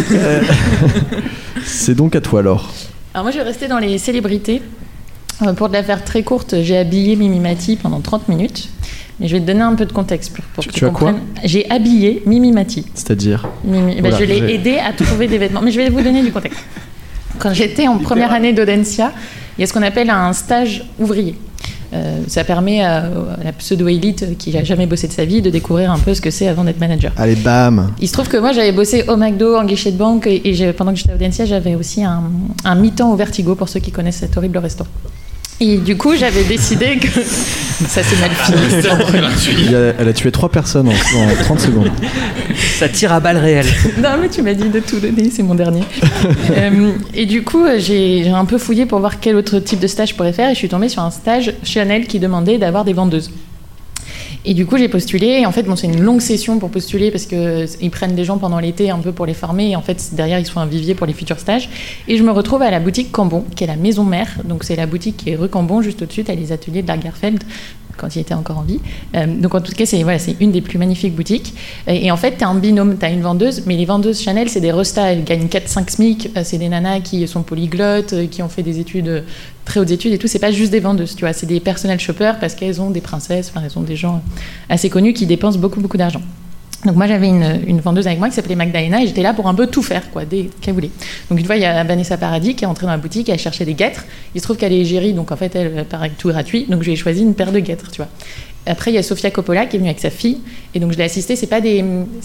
C'est donc à toi, Laure. Alors moi je vais rester dans les célébrités. Pour de la faire très courte, j'ai habillé Mimi Mati pendant 30 minutes. Mais je vais te donner un peu de contexte pour que tu as quoi comprennes. J'ai habillé Mimi Mati. C'est-à-dire Je l'ai aidé à trouver des vêtements. Mais je vais vous donner du contexte. Quand j'étais en première année d'Audencia, il y a ce qu'on appelle un stage ouvrier. Ça permet à la pseudo-élite qui n'a jamais bossé de sa vie de découvrir un peu ce que c'est avant d'être manager. Allez, bam. Il se trouve que moi j'avais bossé au McDo, en guichet de banque et pendant que j'étais à Audencia, j'avais aussi un mi-temps au Vertigo pour ceux qui connaissent cet horrible restaurant. Et du coup, j'avais décidé que ça s'est mal fini. Elle a tué 3 personnes en 30 secondes. Ça tire à balles réelles. Non, mais tu m'as dit de tout donner, c'est mon dernier. Et du coup, j'ai un peu fouillé pour voir quel autre type de stage je pourrais faire et je suis tombée sur un stage Chanel qui demandait d'avoir des vendeuses. Et du coup, j'ai postulé. Et en fait, c'est une longue session pour postuler parce qu'ils prennent des gens pendant l'été un peu pour les former. Et en fait, derrière, ils sont un vivier pour les futurs stages. Et je me retrouve à la boutique Cambon, qui est la maison mère. Donc, c'est la boutique qui est rue Cambon, juste au-dessus. Tu as les ateliers de Lagerfeld, quand il était encore en vie. Donc, en tout cas, c'est une des plus magnifiques boutiques. Et en fait, tu as un binôme. Tu as une vendeuse. Mais les vendeuses Chanel, c'est des restas. Elles gagnent 4-5 SMIC. C'est des nanas qui sont polyglottes, qui ont fait des études, très hautes études et tout. C'est pas juste des vendeuses, tu vois. C'est des personnel shoppers parce qu'elles ont des princesses, elles ont des gens assez connus qui dépensent beaucoup d'argent. Donc moi j'avais une vendeuse avec moi qui s'appelait Magdalena et j'étais là pour un peu tout faire quoi, dès qu'elle voulait. Donc une fois il y a Vanessa Paradis qui est entrée dans la boutique, elle cherchait des guêtres. Il se trouve qu'elle est égérie, donc en fait elle paraît tout gratuit, donc je lui ai choisi une paire de guêtres, tu vois. Après il y a Sofia Coppola qui est venue avec sa fille et donc je l'ai assistée. C'est pas des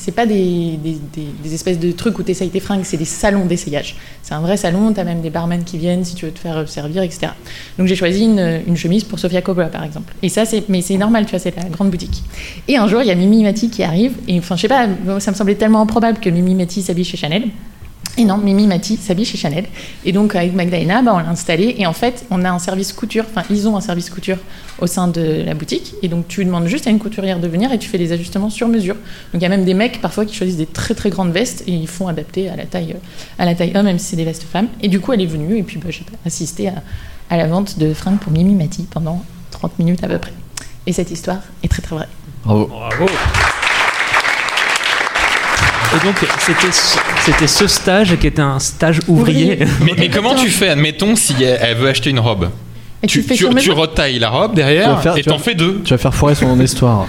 espèces de trucs où t'essayes tes fringues, c'est des salons d'essayage. C'est un vrai salon, t'as même des barmen qui viennent si tu veux te faire servir, etc. Donc j'ai choisi une chemise pour Sofia Coppola par exemple. Et ça c'est normal, tu vois, c'est la grande boutique. Et un jour il y a Mimi Mati qui arrive et enfin je sais pas, ça me semblait tellement improbable que Mimi Mati s'habille chez Chanel. Et non, Mimi Mati s'habille chez Chanel. Et donc, avec Magdalena, on l'a installé. Et en fait, on a un service couture. Enfin, ils ont un service couture au sein de la boutique. Et donc, tu demandes juste à une couturière de venir et tu fais des ajustements sur mesure. Donc, il y a même des mecs, parfois, qui choisissent des très, très grandes vestes et ils font adapter à la taille homme, même si c'est des vestes femmes. Et du coup, elle est venue. Et puis, j'ai assisté à la vente de fringues pour Mimi Mati pendant 30 minutes à peu près. Et cette histoire est très, très vraie. Bravo. Bravo. Et donc, c'était ce stage qui était un stage ouvrier. Mais comment tu fais, admettons, si elle veut acheter une robe? Et tu retailles la robe derrière et t'en fais 2. Tu vas faire foirer son histoire.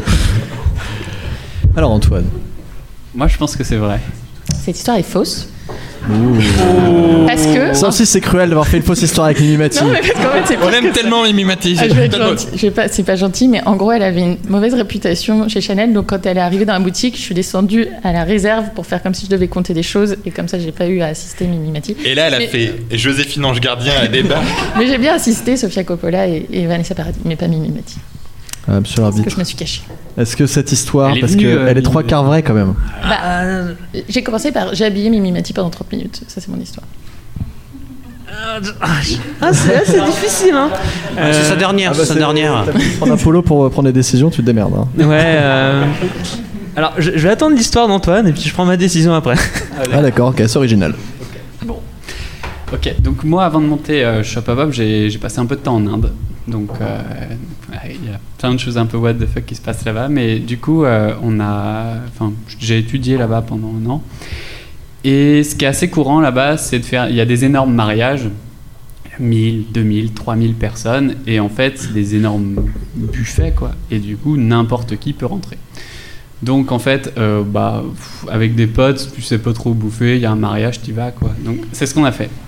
Alors Antoine. Moi je pense que c'est vrai. Cette histoire est fausse. Ouh. Parce que... Ça aussi c'est cruel d'avoir fait une fausse histoire avec Mimi Mati. Non, mais parce qu'en fait, c'est On aime tellement Mimi Mati. je vais être gentil. C'est pas gentil, mais en gros, elle avait une mauvaise réputation chez Chanel. Donc, quand elle est arrivée dans la boutique, je suis descendue à la réserve pour faire comme si je devais compter des choses. Et comme ça, j'ai pas eu à assister Mimi Mati. Et là, elle a fait Joséphine Ange Gardien à débat. Mais j'ai bien assisté Sofia Coppola et Vanessa Paradis, mais pas Mimi Mati. Monsieur Parce l'arbitre. que je me suis cachée. Est-ce que cette histoire, Elle est parce venue, qu'elle est 3 quarts vraie quand même. J'ai commencé par j'ai habillé Mimi Mati pendant 30 minutes. Ça, c'est mon histoire. C'est difficile, hein. C'est sa dernière. C'est sa dernière. T'as pu prendre Apollo pour prendre des décisions, tu te démerdes. Hein. Ouais. Alors, je vais attendre l'histoire d'Antoine et puis je prends ma décision après. Ah d'accord, ok, c'est original. Ok, donc moi avant de monter Shopopop, j'ai passé un peu de temps en Inde. Donc il y a plein de choses un peu what the fuck qui se passent là-bas. Mais du coup, j'ai étudié là-bas pendant 1 an. Et ce qui est assez courant là-bas, c'est de faire... Il y a des énormes mariages, 1000, 2000, 3000 personnes. Et en fait, c'est des énormes buffets, quoi. Et du coup, n'importe qui peut rentrer. Donc en fait, avec des potes, tu sais pas trop bouffer, il y a un mariage, t'y vas, quoi. Donc c'est ce qu'on a fait.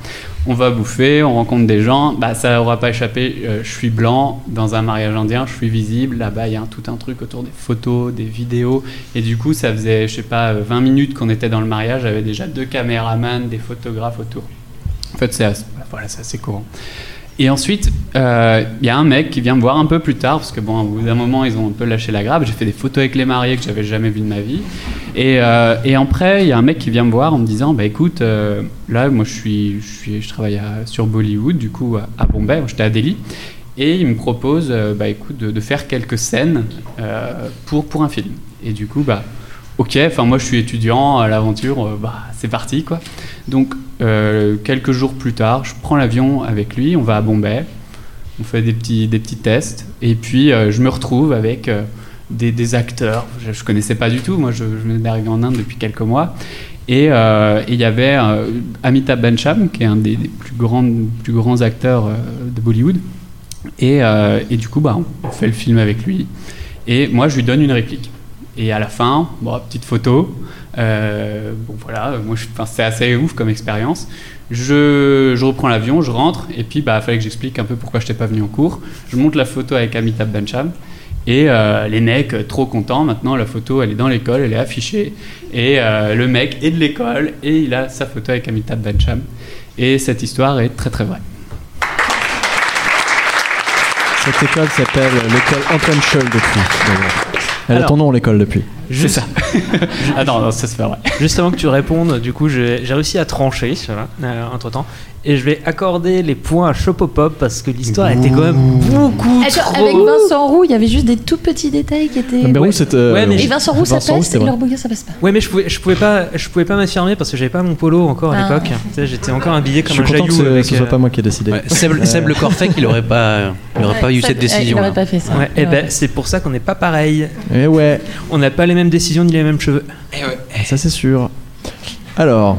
On va bouffer, on rencontre des gens. Bah, ça n'aura pas échappé. Je suis blanc dans un mariage indien, je suis visible. Là-bas, il y a tout un truc autour des photos, des vidéos. Et du coup, ça faisait, je sais pas, 20 minutes qu'on était dans le mariage. J'avais déjà 2 caméramans, des photographes autour. En fait, c'est assez courant. Et ensuite, il y a un mec qui vient me voir un peu plus tard, parce que bon, au bout d'un moment, ils ont un peu lâché la grappe. J'ai fait des photos avec les mariés que j'avais jamais vues de ma vie. Et après, il y a un mec qui vient me voir en me disant, bah écoute, là, moi, je travaille sur Bollywood, du coup, à Bombay, j'étais à Delhi, et il me propose, bah écoute, de faire quelques scènes pour un film. Et du coup, bah, ok, enfin moi, je suis étudiant à l'aventure, bah c'est parti, quoi. Donc quelques jours plus tard, je prends l'avion avec lui, on va à Bombay, on fait des petits tests, et puis je me retrouve avec des acteurs, je connaissais pas du tout, moi je venais d'arriver en Inde depuis quelques mois, et il y avait Amitabh Bachchan, qui est un des plus grands acteurs de Bollywood, et du coup bah, on fait le film avec lui, et moi je lui donne une réplique. Et à la fin, bon, petite photo. Bon voilà, moi c'est assez ouf comme expérience. Je reprends l'avion, je rentre, et puis bah fallait que j'explique un peu pourquoi je n'étais pas venu en cours. Je monte la photo avec Amitabh Bachchan, et les mecs trop contents. Maintenant la photo elle est dans l'école, elle est affichée, et le mec est de l'école et il a sa photo avec Amitabh Bachchan. Et cette histoire est très très vraie. Cette école s'appelle l'école Antoine Scholl depuis. Elle a ton nom, l'école, depuis. C'est ça. Ah non, ça se fait vrai. Juste avant que tu répondes, du coup, j'ai réussi à trancher, entre-temps. Et je vais accorder les points à Chopopop parce que l'histoire était quand même beaucoup trop... Avec Vincent Roux, il y avait juste des tout petits détails qui étaient... Mais Roux, c'était... Ouais, mais et Vincent Roux, ça passe, et leur bouillon, ça passe pas. Ouais, mais je pouvais pas m'affirmer parce que j'avais pas mon polo encore à l'époque. Tu sais, j'étais encore habillé comme un jaillou. Je suis content que ce soit pas moi qui ai décidé. Ouais, Seb Le Corfec, il aurait pas eu cette décision. Il aurait pas fait ça. Ouais, et ben c'est pour ça qu'on n'est pas pareil. Et ouais. On n'a pas les mêmes décisions ni les mêmes cheveux. Et ouais. Ça c'est sûr. Alors...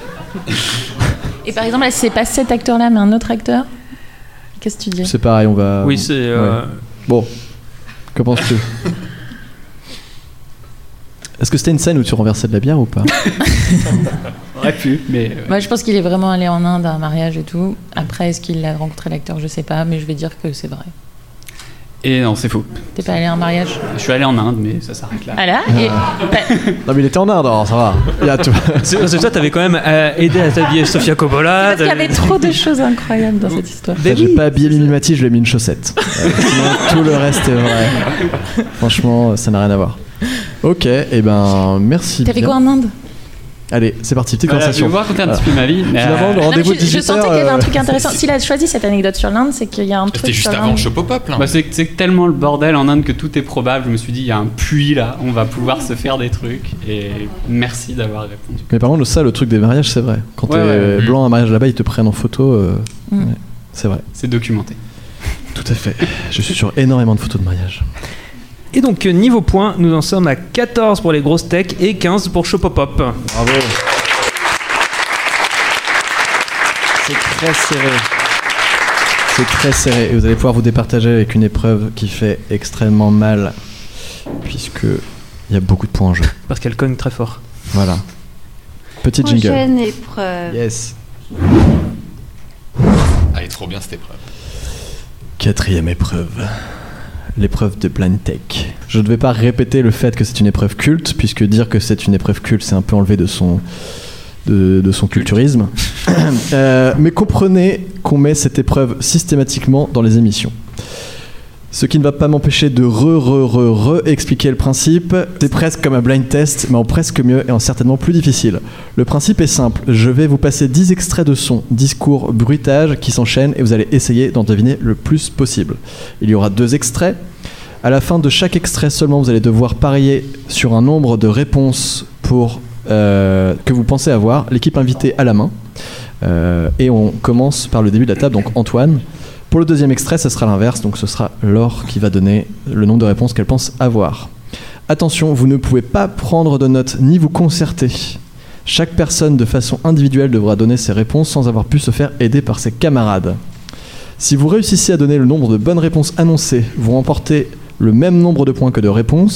Et par exemple, là, c'est pas cet acteur-là, mais un autre acteur. Qu'est-ce que tu dis ? C'est pareil, on va... Oui, c'est... Ouais. Bon, que penses-tu ? Est-ce que c'était une scène où tu renversais de la bière ou pas ? Aurait pu, mais... Moi, je pense qu'il est vraiment allé en Inde à un mariage et tout. Après, est-ce qu'il a rencontré l'acteur ? Je sais pas, mais je vais dire que c'est vrai. Et non, c'est faux. T'es pas allé à un mariage ? Je suis allé en Inde, mais ça s'arrête là. Ah là Non mais il était en Inde, alors ça va. Il y a tout. C'est toi, t'avais quand même aidé à t'habiller Sofia Coppola. Parce qu'il y avait trop de choses incroyables dans cette histoire. J'ai pas habillé Mimi Mati, je lui ai mis une chaussette. Sinon, tout le reste est vrai. Franchement, ça n'a rien à voir. Ok, et ben merci. T'as fait bien. quoi en Inde ? Allez, c'est parti, petite Voilà, je conversation. vais vous raconter un petit peu ma vie. Finalement, le rendez-vous de 18h... Je sentais qu'il y avait un truc intéressant. S'il a choisi cette anecdote sur l'Inde, c'est qu'il y a un truc C'était juste sur avant l'Inde. Chopopop, là. Bah, c'est tellement le bordel en Inde que tout est probable. Je me suis dit, il y a un puits là, on va pouvoir se faire des trucs. Et merci d'avoir répondu. Mais par contre, ça, le truc des mariages, c'est vrai. Quand t'es blanc à un mariage là-bas, ils te prennent en photo. Ouais, c'est vrai. C'est documenté. Tout à fait. Je suis sur énormément de photos de mariage. Et donc, niveau points, nous en sommes à 14 pour les grosses tech et 15 pour Chopopop. Bravo. C'est très serré. C'est très serré. Et vous allez pouvoir vous départager avec une épreuve qui fait extrêmement mal, puisque il y a beaucoup de points en jeu. Parce qu'elle cogne très fort. Voilà. Petit jingle. Prochaine épreuve. Yes. Elle est trop bien cette épreuve. 4e épreuve. L'épreuve de Blind Tech. Je ne vais pas répéter le fait que c'est une épreuve culte, puisque dire que c'est une épreuve culte, c'est un peu enlever de son culturisme. Mais comprenez qu'on met cette épreuve systématiquement dans les émissions. Ce qui ne va pas m'empêcher de expliquer le principe. C'est presque comme un blind test, mais en presque mieux et en certainement plus difficile. Le principe est simple. Je vais vous passer 10 extraits de sons, discours, bruitages qui s'enchaînent et vous allez essayer d'en deviner le plus possible. Il y aura 2 extraits. À la fin de chaque extrait seulement, vous allez devoir parier sur un nombre de réponses que vous pensez avoir. L'équipe invitée à la main. Et on commence par le début de la table, donc Antoine. Pour le 2e extrait, ce sera l'inverse, donc ce sera Laure qui va donner le nombre de réponses qu'elle pense avoir. Attention, vous ne pouvez pas prendre de notes ni vous concerter. Chaque personne de façon individuelle devra donner ses réponses sans avoir pu se faire aider par ses camarades. Si vous réussissez à donner le nombre de bonnes réponses annoncées, vous remportez le même nombre de points que de réponses.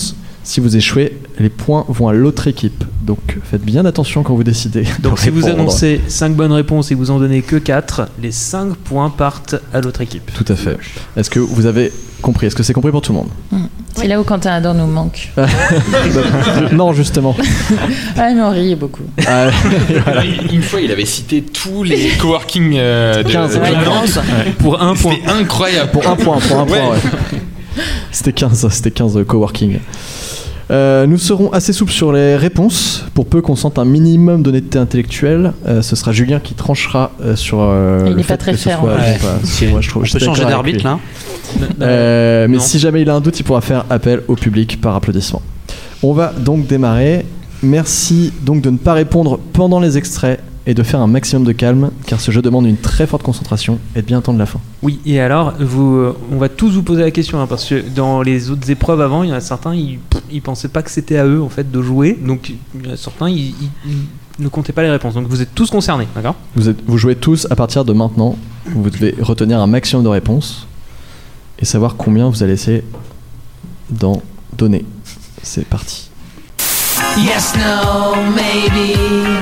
Si vous échouez, les points vont à l'autre équipe. Donc faites bien attention quand vous décidez. Donc de si vous répondre. annoncez 5 bonnes réponses et vous en donnez que 4, les 5 points partent à l'autre équipe. Tout à fait. Est-ce que vous avez compris? Est-ce que c'est compris pour tout le monde? C'est là où Quentin Adore nous manque. Non, justement. Ah, mais on riait beaucoup. Voilà. Une fois, il avait cité tous les coworking de 15, de ouais. Nantes. Pour un point. C'était incroyable. Pour un point, Ouais. ouais. C'était 15 coworking. Nous serons assez souples sur les réponses, pour peu qu'on sente un minimum d'honnêteté intellectuelle. Ce sera Julien qui tranchera sur Il le n'est fait pas très que ce fair, soit- en je sais fait. pas, Si- moi, je trouve- On je peut suis changer d'accord avec d'arbitre lui. là. Mais Non. si jamais il a un doute, il pourra faire appel au public par applaudissement. On va donc démarrer. Merci donc de ne pas répondre pendant les extraits et de faire un maximum de calme, car ce jeu demande une très forte concentration et de bien attendre la fin. Oui, et alors, on va tous vous poser la question, hein, parce que dans les autres épreuves avant, il y en a certains, ils pensaient pas que c'était à eux en fait de jouer, donc il y en a certains, ils ne comptaient pas les réponses. Donc vous êtes tous concernés, d'accord? Vous jouez tous à partir de maintenant. Vous devez retenir un maximum de réponses et savoir combien vous allez essayer d'en donner. C'est parti. Yes, no, maybe.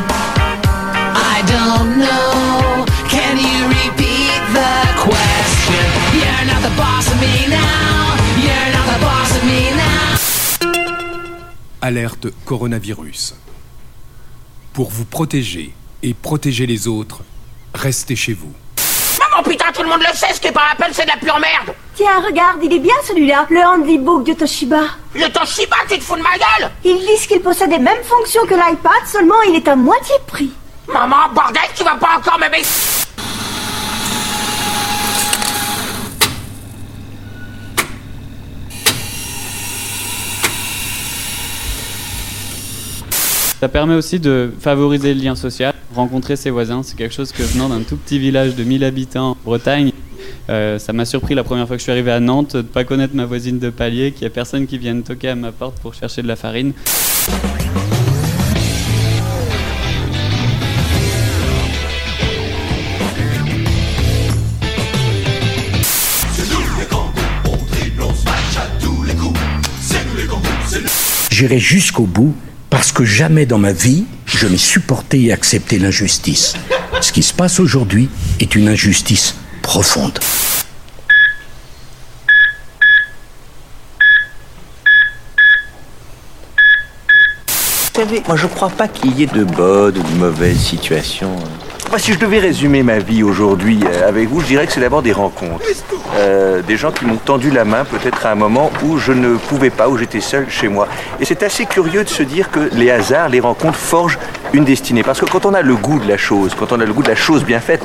I don't know. Can you repeat the question? You're not the boss of me now. You're not the boss of me now. Alerte coronavirus. Pour vous protéger et protéger les autres, restez chez vous. Maman, putain, tout le monde le sait, ce qui est pas la peine, c'est de la pure merde. Tiens, regarde, il est bien celui-là, le handybook de Toshiba. Le Toshiba, tu te fous de ma gueule? Ils disent qu'il possède les mêmes fonctions que l'iPad, seulement il est à moitié prix. Maman, bordel, tu vas pas encore me baisser. Ça permet aussi de favoriser le lien social, rencontrer ses voisins. C'est quelque chose que venant d'un tout petit village de 1000 habitants en Bretagne, ça m'a surpris la première fois que je suis arrivé à Nantes de ne pas connaître ma voisine de palier, qu'il n'y a personne qui vienne toquer à ma porte pour chercher de la farine. J'irai jusqu'au bout parce que jamais dans ma vie je n'ai supporté et accepté l'injustice. Ce qui se passe aujourd'hui est une injustice profonde. Vous savez, moi je crois pas qu'il y ait de bonnes ou de mauvaises situations. Moi, si je devais résumer ma vie aujourd'hui avec vous, je dirais que c'est d'abord des rencontres. Des gens qui m'ont tendu la main peut-être à un moment où je ne pouvais pas, où j'étais seul chez moi. Et c'est assez curieux de se dire que les hasards, les rencontres forgent une destinée. Parce que quand on a le goût de la chose, quand on a le goût de la chose bien faite...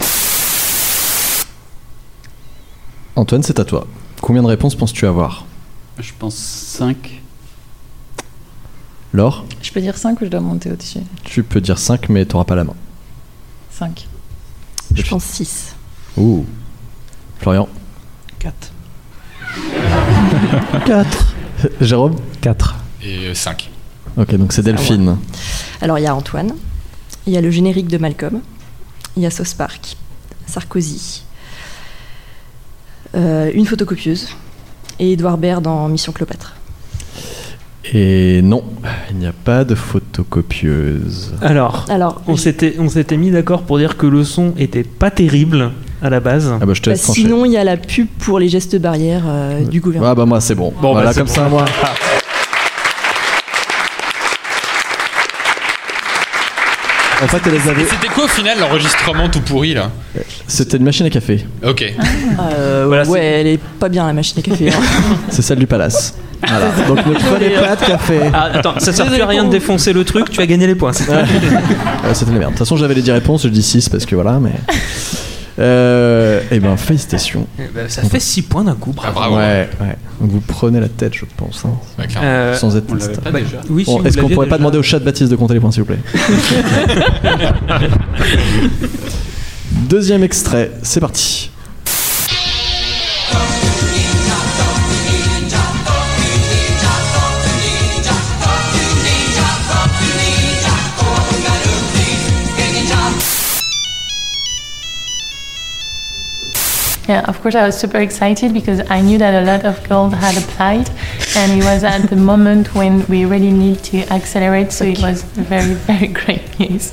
Antoine, c'est à toi. Combien de réponses penses-tu avoir? Je pense 5. Laure, Je peux dire 5 ou je dois monter au-dessus? tu peux dire 5, mais t'auras pas la main. 5. Je pense 6. Ouh. Florian 4. 4. Jérôme 4. Et 5. Ok, donc c'est Delphine. Alors il y a Antoine, il y a le générique de Malcolm, il y a South Park, Sarkozy, une photocopieuse et Edouard Baird dans Mission Cléopâtre. Et non, il n'y a pas de photocopieuse. Alors, on s'était mis d'accord pour dire que le son était pas terrible à la base. Ah bah je te laisse trancher. Sinon il y a la pub pour les gestes barrières du gouvernement. Ah bah moi c'est bon. Bon, voilà, bah, c'est comme bon. ça moi. En fait, elle les avait. Et c'était quoi au final l'enregistrement tout pourri là? C'était une machine à café. Ok. Voilà, ouais, elle est pas bien la machine à café. Hein. C'est celle du palace. Voilà. Donc ne prenez pas de café. Ah, attends, ça sert plus à rien de défoncer le truc, tu as gagné les points. C'était la merde. De toute façon, j'avais les 10 réponses, je dis 6 parce que voilà, mais. Eh ben, félicitations. Ça fait 6 points d'un coup, bravo. Ah, bravo. Ouais, ouais. Donc vous prenez la tête, je pense. Hein. Ouais, clairement. Sans être on l'avait pas déjà. Oui, si Bon, vous est-ce qu'on l'aviez pourrait pas déjà. demander au chat de Baptiste de compter les points, s'il vous plaît? Deuxième extrait, c'est parti. Yeah, of course I was super excited because I knew that a lot of girls had applied and it was at the moment when we really need to accelerate, so it was very, very great news.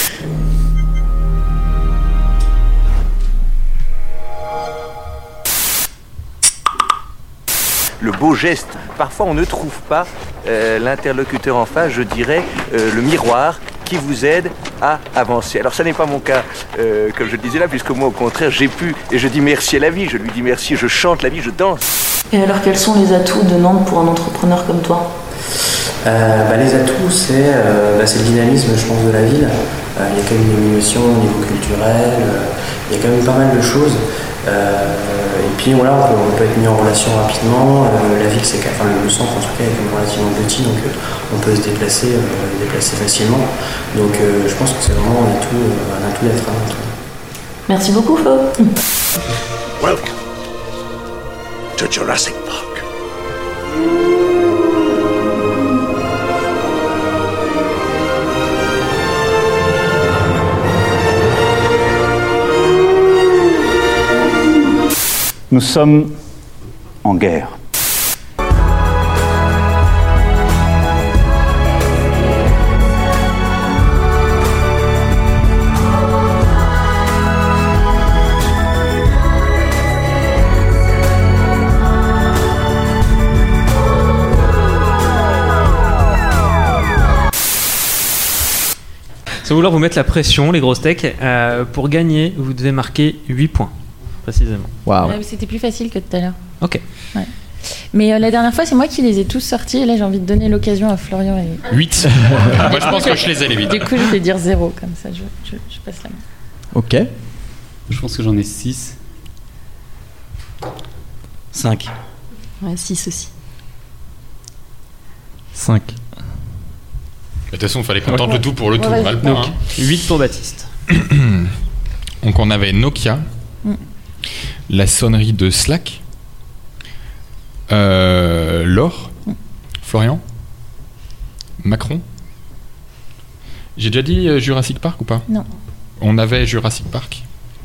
Le beau geste, parfois on ne trouve pas l'interlocuteur en face, je dirais, le miroir qui vous aide à avancer. Alors ça n'est pas mon cas, comme je le disais là, puisque moi au contraire j'ai pu, et je dis merci à la vie, je lui dis merci, je chante la vie, je danse. Et alors quels sont les atouts de Nantes pour un entrepreneur comme toi ? Les atouts, c'est le dynamisme, je pense, de la ville. Il y a quand même une émulsion au niveau culturel, il y a quand même pas mal de choses. Et puis voilà, on peut être mis en relation rapidement. La ville, le centre en tout cas est quand même relativement petit, donc on peut se déplacer facilement. Donc je pense que c'est vraiment un atout d'être à Nantes. Merci beaucoup, Flo. Welcome to Jurassic Park. Nous sommes en guerre. Sans vouloir vous mettre la pression, les grosses techs, pour gagner, vous devez marquer 8 points. Précisément. Wow. C'était plus facile que tout à l'heure. Ok. Ouais. Mais la dernière fois, c'est moi qui les ai tous sortis. Et là, j'ai envie de donner l'occasion à Florian. 8. Moi, je pense que je les ai les 8. Du coup, je vais dire 0, comme ça, je passe la main. Ok. Je pense que j'en ai 6. 5. Ouais, 6 aussi. 5. De toute façon, il fallait qu'on tente le tout pour le tout. Ouais, on va le prendre, donc, 8 pour Baptiste. Donc, on avait Nokia. La sonnerie de Slack, Laure, Florian, Macron. J'ai déjà dit Jurassic Park ou pas ? Non. On avait Jurassic Park.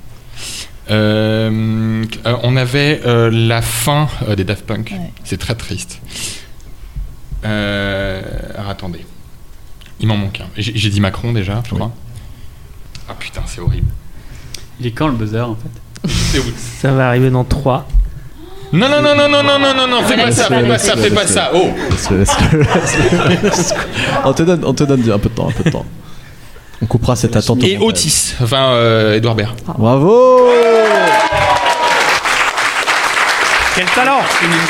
On avait la fin des Daft Punk. Ouais. C'est très triste. Alors attendez. Il m'en manque un. J'ai dit Macron déjà, je crois. Ah putain, c'est horrible. Il est quand le buzzer en fait ? Ça va arriver dans 3. Non, fais pas ça. Oh. On te donne un peu de temps. On coupera cette attente. Et Otis, Edouard Baird. Bravo. Quel talent.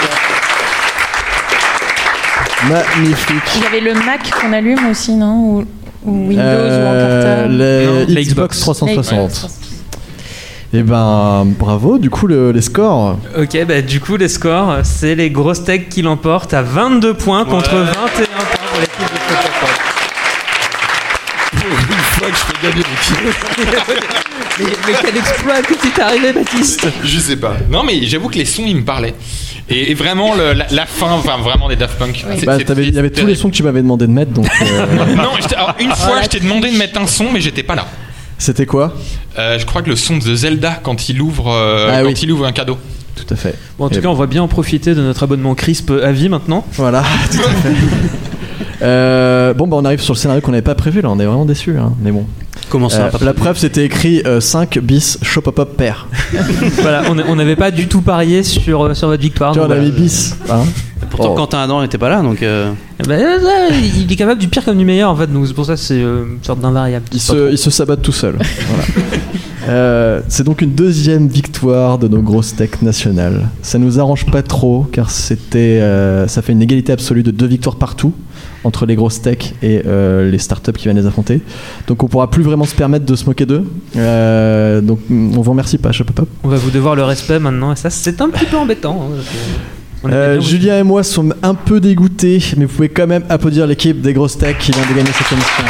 Magnifique. Il y avait le Mac qu'on allume aussi, non ? Ou Windows ou Encarta. Les Xbox 360. Eh ben, bravo, du coup, les scores. Ok, du coup, les scores, c'est les grosses techs qui l'emportent à 22 points contre 21 points pour l'équipe de Chopopop. Pour une fois que je fais gagner l'équipe. mais quel exploit que tu t'es arrivé, Baptiste ? Je sais pas. Non, mais j'avoue que les sons, ils me parlaient. Et vraiment, la fin, vraiment des Daft Punk. Oui. Il y avait tous les sons que tu m'avais demandé de mettre, donc... Non, une fois, je t'ai demandé de mettre un son, mais j'étais pas là. C'était quoi ? Je crois que le son de Zelda quand il ouvre il ouvre un cadeau. Tout à fait. Bon, en tout cas, on va bien en profiter de notre abonnement Crisp à vie maintenant. Voilà, tout à fait. On arrive sur le scénario qu'on n'avait pas prévu là, on est vraiment déçus, hein. Mais bon. Comment ça la preuve, c'était écrit 5 bis Chopopop pair. Voilà, on n'avait pas du tout parié sur votre victoire. Tu vois, on a mis bis. Hein. Pourtant, Quentin Adam n'était pas là, donc. Il est capable du pire comme du meilleur en fait, donc c'est pour ça que c'est une sorte d'invariable. Il se sabote tout seul. Voilà. C'est donc une deuxième victoire de nos grosses techs nationales. Ça nous arrange pas trop car ça fait une égalité absolue de 2 victoires partout entre les grosses techs et les startups qui viennent les affronter. Donc on pourra plus vraiment se permettre de se moquer d'eux. Donc on vous remercie pas, Chopopop. On va vous devoir le respect maintenant et ça c'est un petit peu embêtant. Julien et moi sommes un peu dégoûtés, mais vous pouvez quand même applaudir l'équipe des grosses techs qui vient de gagner cette émission.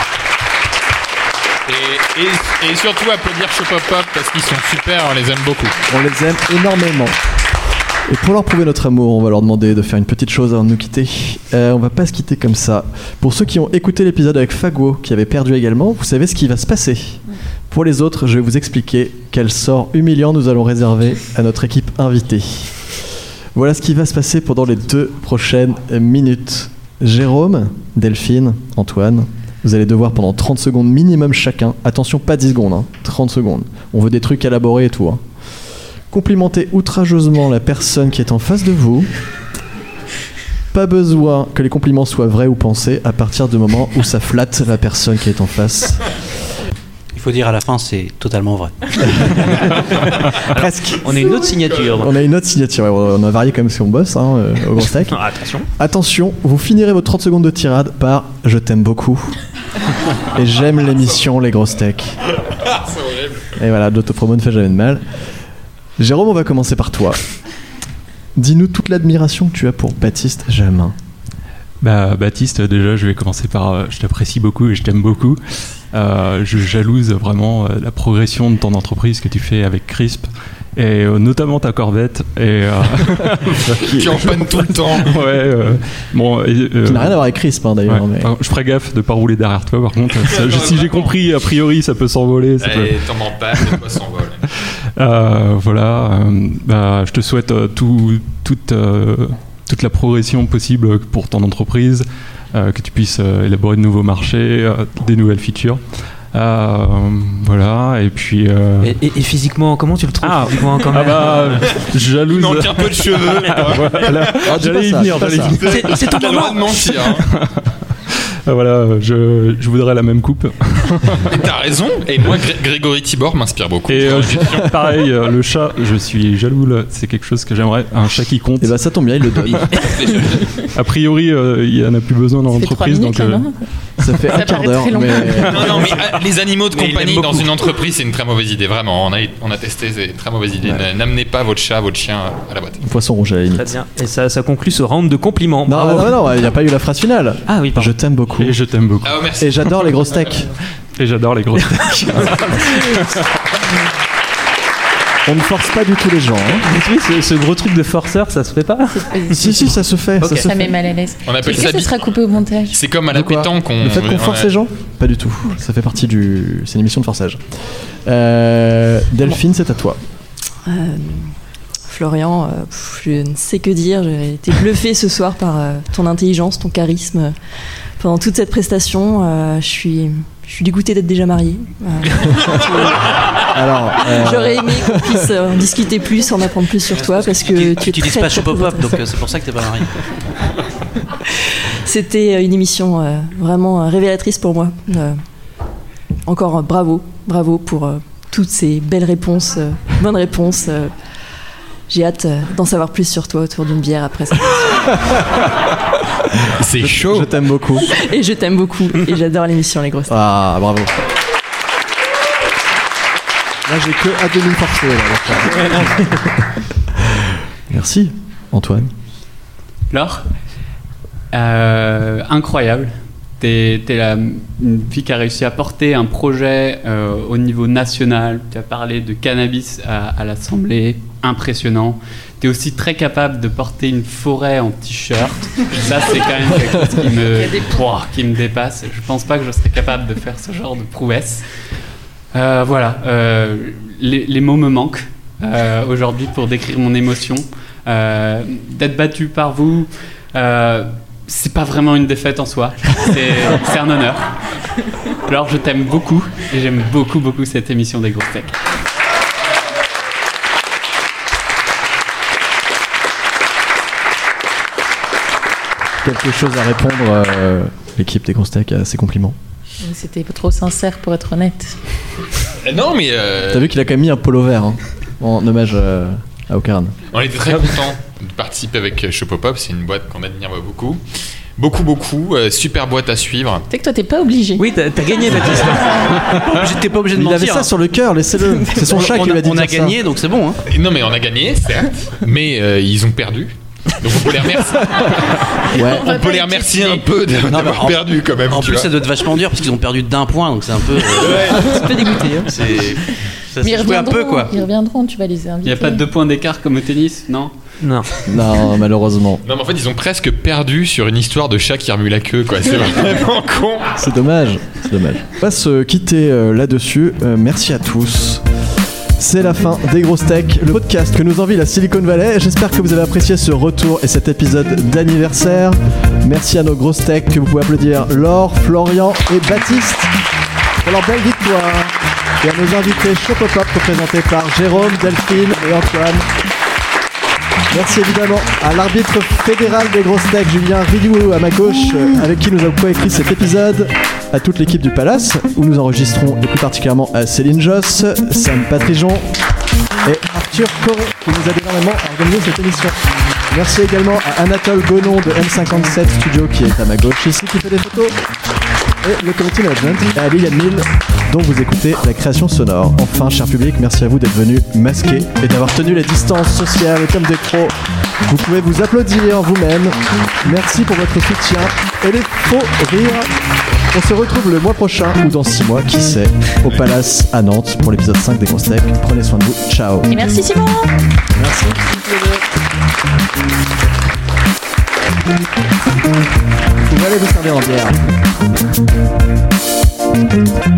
Et surtout applaudir Chopopop parce qu'ils sont super, on les aime beaucoup. On les aime énormément. Et pour leur prouver notre amour, on va leur demander de faire une petite chose avant de nous quitter. On va pas se quitter comme ça. Pour ceux qui ont écouté l'épisode avec Fago, qui avait perdu également, vous savez ce qui va se passer. Pour les autres, je vais vous expliquer quel sort humiliant nous allons réserver à notre équipe invitée. Voilà ce qui va se passer pendant les 2 prochaines minutes. Jérôme, Delphine, Antoine, vous allez devoir pendant 30 secondes minimum chacun, attention pas 10 secondes, hein, 30 secondes, on veut des trucs élaborés et tout, hein. Complimenter outrageusement la personne qui est en face de vous. Pas besoin que les compliments soient vrais ou pensés à partir du moment où ça flatte la personne qui est en face. Il faut dire à la fin, c'est totalement vrai. Presque. On a une autre signature. On a une autre signature. Ouais, on a varié quand même si on bosse au Grand Steak. Attention. Attention, vous finirez vos 30 secondes de tirade par « Je t'aime beaucoup ». Et j'aime l'émission Les Gros Steaks. C'est horrible. Et voilà, l'autopromo ne fait jamais de mal. Jérôme, on va commencer par toi. Dis-nous toute l'admiration que tu as pour Baptiste Jamin. Bah, Baptiste, déjà, je vais commencer par je t'apprécie beaucoup et je t'aime beaucoup. Je jalouse vraiment la progression de ton entreprise que tu fais avec Crisp et notamment ta Corvette et qui en panne tout le temps. Ouais. Bon, qui n'a rien à voir avec Crisp d'ailleurs. Ouais. Mais... Enfin, je ferai gaffe de pas rouler derrière toi. Par contre, si j'ai compris, a priori, ça peut s'envoler. T'en mens pas, de quoi s'envole. Voilà. Je te souhaite toute la progression possible pour ton entreprise. Que tu puisses élaborer de nouveaux marchés, des nouvelles features. Voilà, et puis... Et physiquement, comment tu le trouves physiquement, quand même jalouse. Il manque un peu de cheveux. Voilà. J'allais y venir. C'est ton moment de mentir. Voilà, je voudrais la même coupe. Et t'as raison. Et moi, Grégory Tibor m'inspire beaucoup. Et pareil, le chat, je suis jaloux là. C'est quelque chose que j'aimerais. Un chat qui compte. Et bah ça tombe bien, il le donne. A priori, il y en a plus besoin dans l'entreprise, donc. Ça fait un quart d'heure. Mais... Non, mais les animaux de compagnie dans une entreprise, c'est une très mauvaise idée. Vraiment, on a testé, c'est une très mauvaise idée. Ouais. N'amenez pas votre chat, votre chien à la boîte. Poisson rouge à la limite. Très bien. Et ça conclut ce round de compliments. Non, il n'y a pas eu la phrase finale. Ah oui, pardon. Je t'aime beaucoup. Et je t'aime beaucoup. Ah, merci. Et j'adore les gros steaks. Et j'adore les gros steaks. On ne force pas du tout les gens. Hein. Oui, ce gros truc de forceur, ça se fait pas. Si, ça se fait. Okay. Ça met mal à l'aise. On appelle ça sera coupé au montage. C'est comme à la pétanque. Le fait qu'on force les gens ? Pas du tout. Ça fait partie du. C'est une émission de forçage. Delphine, c'est à toi. Florian, je ne sais que dire. J'ai été bluffé ce soir par ton intelligence, ton charisme. Pendant toute cette prestation, je suis dégoûtée d'être déjà mariée. Alors, j'aurais aimé qu'on puisse en discuter plus, en apprendre plus sur toi, parce que tu n'utilises pas Shop Pop, donc c'est pour ça que t'es pas mariée. C'était une émission vraiment révélatrice pour moi. Encore bravo pour toutes ces belles réponses, bonnes réponses. J'ai hâte d'en savoir plus sur toi autour d'une bière après ça. C'est chaud. Je t'aime beaucoup. Et je t'aime beaucoup. Et j'adore l'émission Les Grosses Têtes. Ah, bravo. Là, j'ai que à demi forcé. Merci, Antoine. Laure, incroyable. T'es une fille qui a réussi à porter un projet au niveau national. Tu as parlé de cannabis à l'Assemblée, impressionnant. T'es aussi très capable de porter une forêt en t-shirt. Ça, c'est quand même quelque chose qui me dépasse. Je pense pas que je serais capable de faire ce genre de prouesse. Voilà, les mots me manquent aujourd'hui pour décrire mon émotion. D'être battu par vous, c'est pas vraiment une défaite en soi, c'est un honneur. Alors je t'aime beaucoup et j'aime beaucoup cette émission des Grosses Têtes. Quelque chose à répondre, l'équipe des Grosses Têtes, à ses compliments? C'était trop sincère pour être honnête. Non, mais. T'as vu qu'il a quand même mis un polo vert en hommage à Ocaran. On était très contents de participer avec Shop Pop. C'est une boîte qu'on admire beaucoup. Beaucoup. Super boîte à suivre. Tu sais que toi, t'es pas obligé. Oui, t'as gagné, Baptiste. J'étais pas obligé de Il mentir. avait ça sur le cœur, laissez-le. C'est son chat qui lui a dit. On a gagné, donc c'est bon. Hein. Non, mais on a gagné, certes. Mais ils ont perdu. Donc on peut les remercier. Ouais. On peut les remercier un peu d'avoir perdu quand même. En plus, ça doit être vachement dur parce qu'ils ont perdu d'1 point, donc c'est un peu. Un peu dégoûté. Ça s'est joué un peu, quoi. Ils reviendront, tu vas les inviter. Il n'y a pas de 2 points d'écart comme au tennis, non? Non. Non, malheureusement. Non, mais en fait, ils ont presque perdu sur une histoire de chat qui remue la queue, quoi. C'est vraiment con. C'est dommage. On va se quitter là-dessus. Merci à tous. C'est la fin des Grosses Tech, le podcast que nous envie la Silicon Valley. J'espère que vous avez apprécié ce retour et cet épisode d'anniversaire. Merci à nos Grosses Tech que vous pouvez applaudir Laure, Florian et Baptiste pour leur belle victoire. Et à nos invités Chopopop représentés par Jérôme, Delphine et Antoine. Merci évidemment à l'arbitre fédéral des Grosses Tech, Julien Riou, à ma gauche, avec qui nous avons coécrit cet épisode, à toute l'équipe du Palace, où nous enregistrons, et plus particulièrement à Céline Josse, Sam Patrijon et Arthur Coron, qui nous aident énormément à organiser cette émission. Merci également à Anatole Gonon de M57 Studio, qui est à ma gauche ici, qui fait des photos, et le community management, et à Liliane Mille, dont vous écoutez la création sonore. Enfin, cher public, merci à vous d'être venus masqués et d'avoir tenu les distances sociales comme des pros. Vous pouvez vous applaudir vous-même. Merci pour votre soutien et les faux rires. On se retrouve le mois prochain ou dans 6 mois, qui sait, au Palace à Nantes pour l'épisode 5 des Grosses Tech. Prenez soin de vous. Ciao. Et merci Simon. Merci. Vous allez vous servir en bière.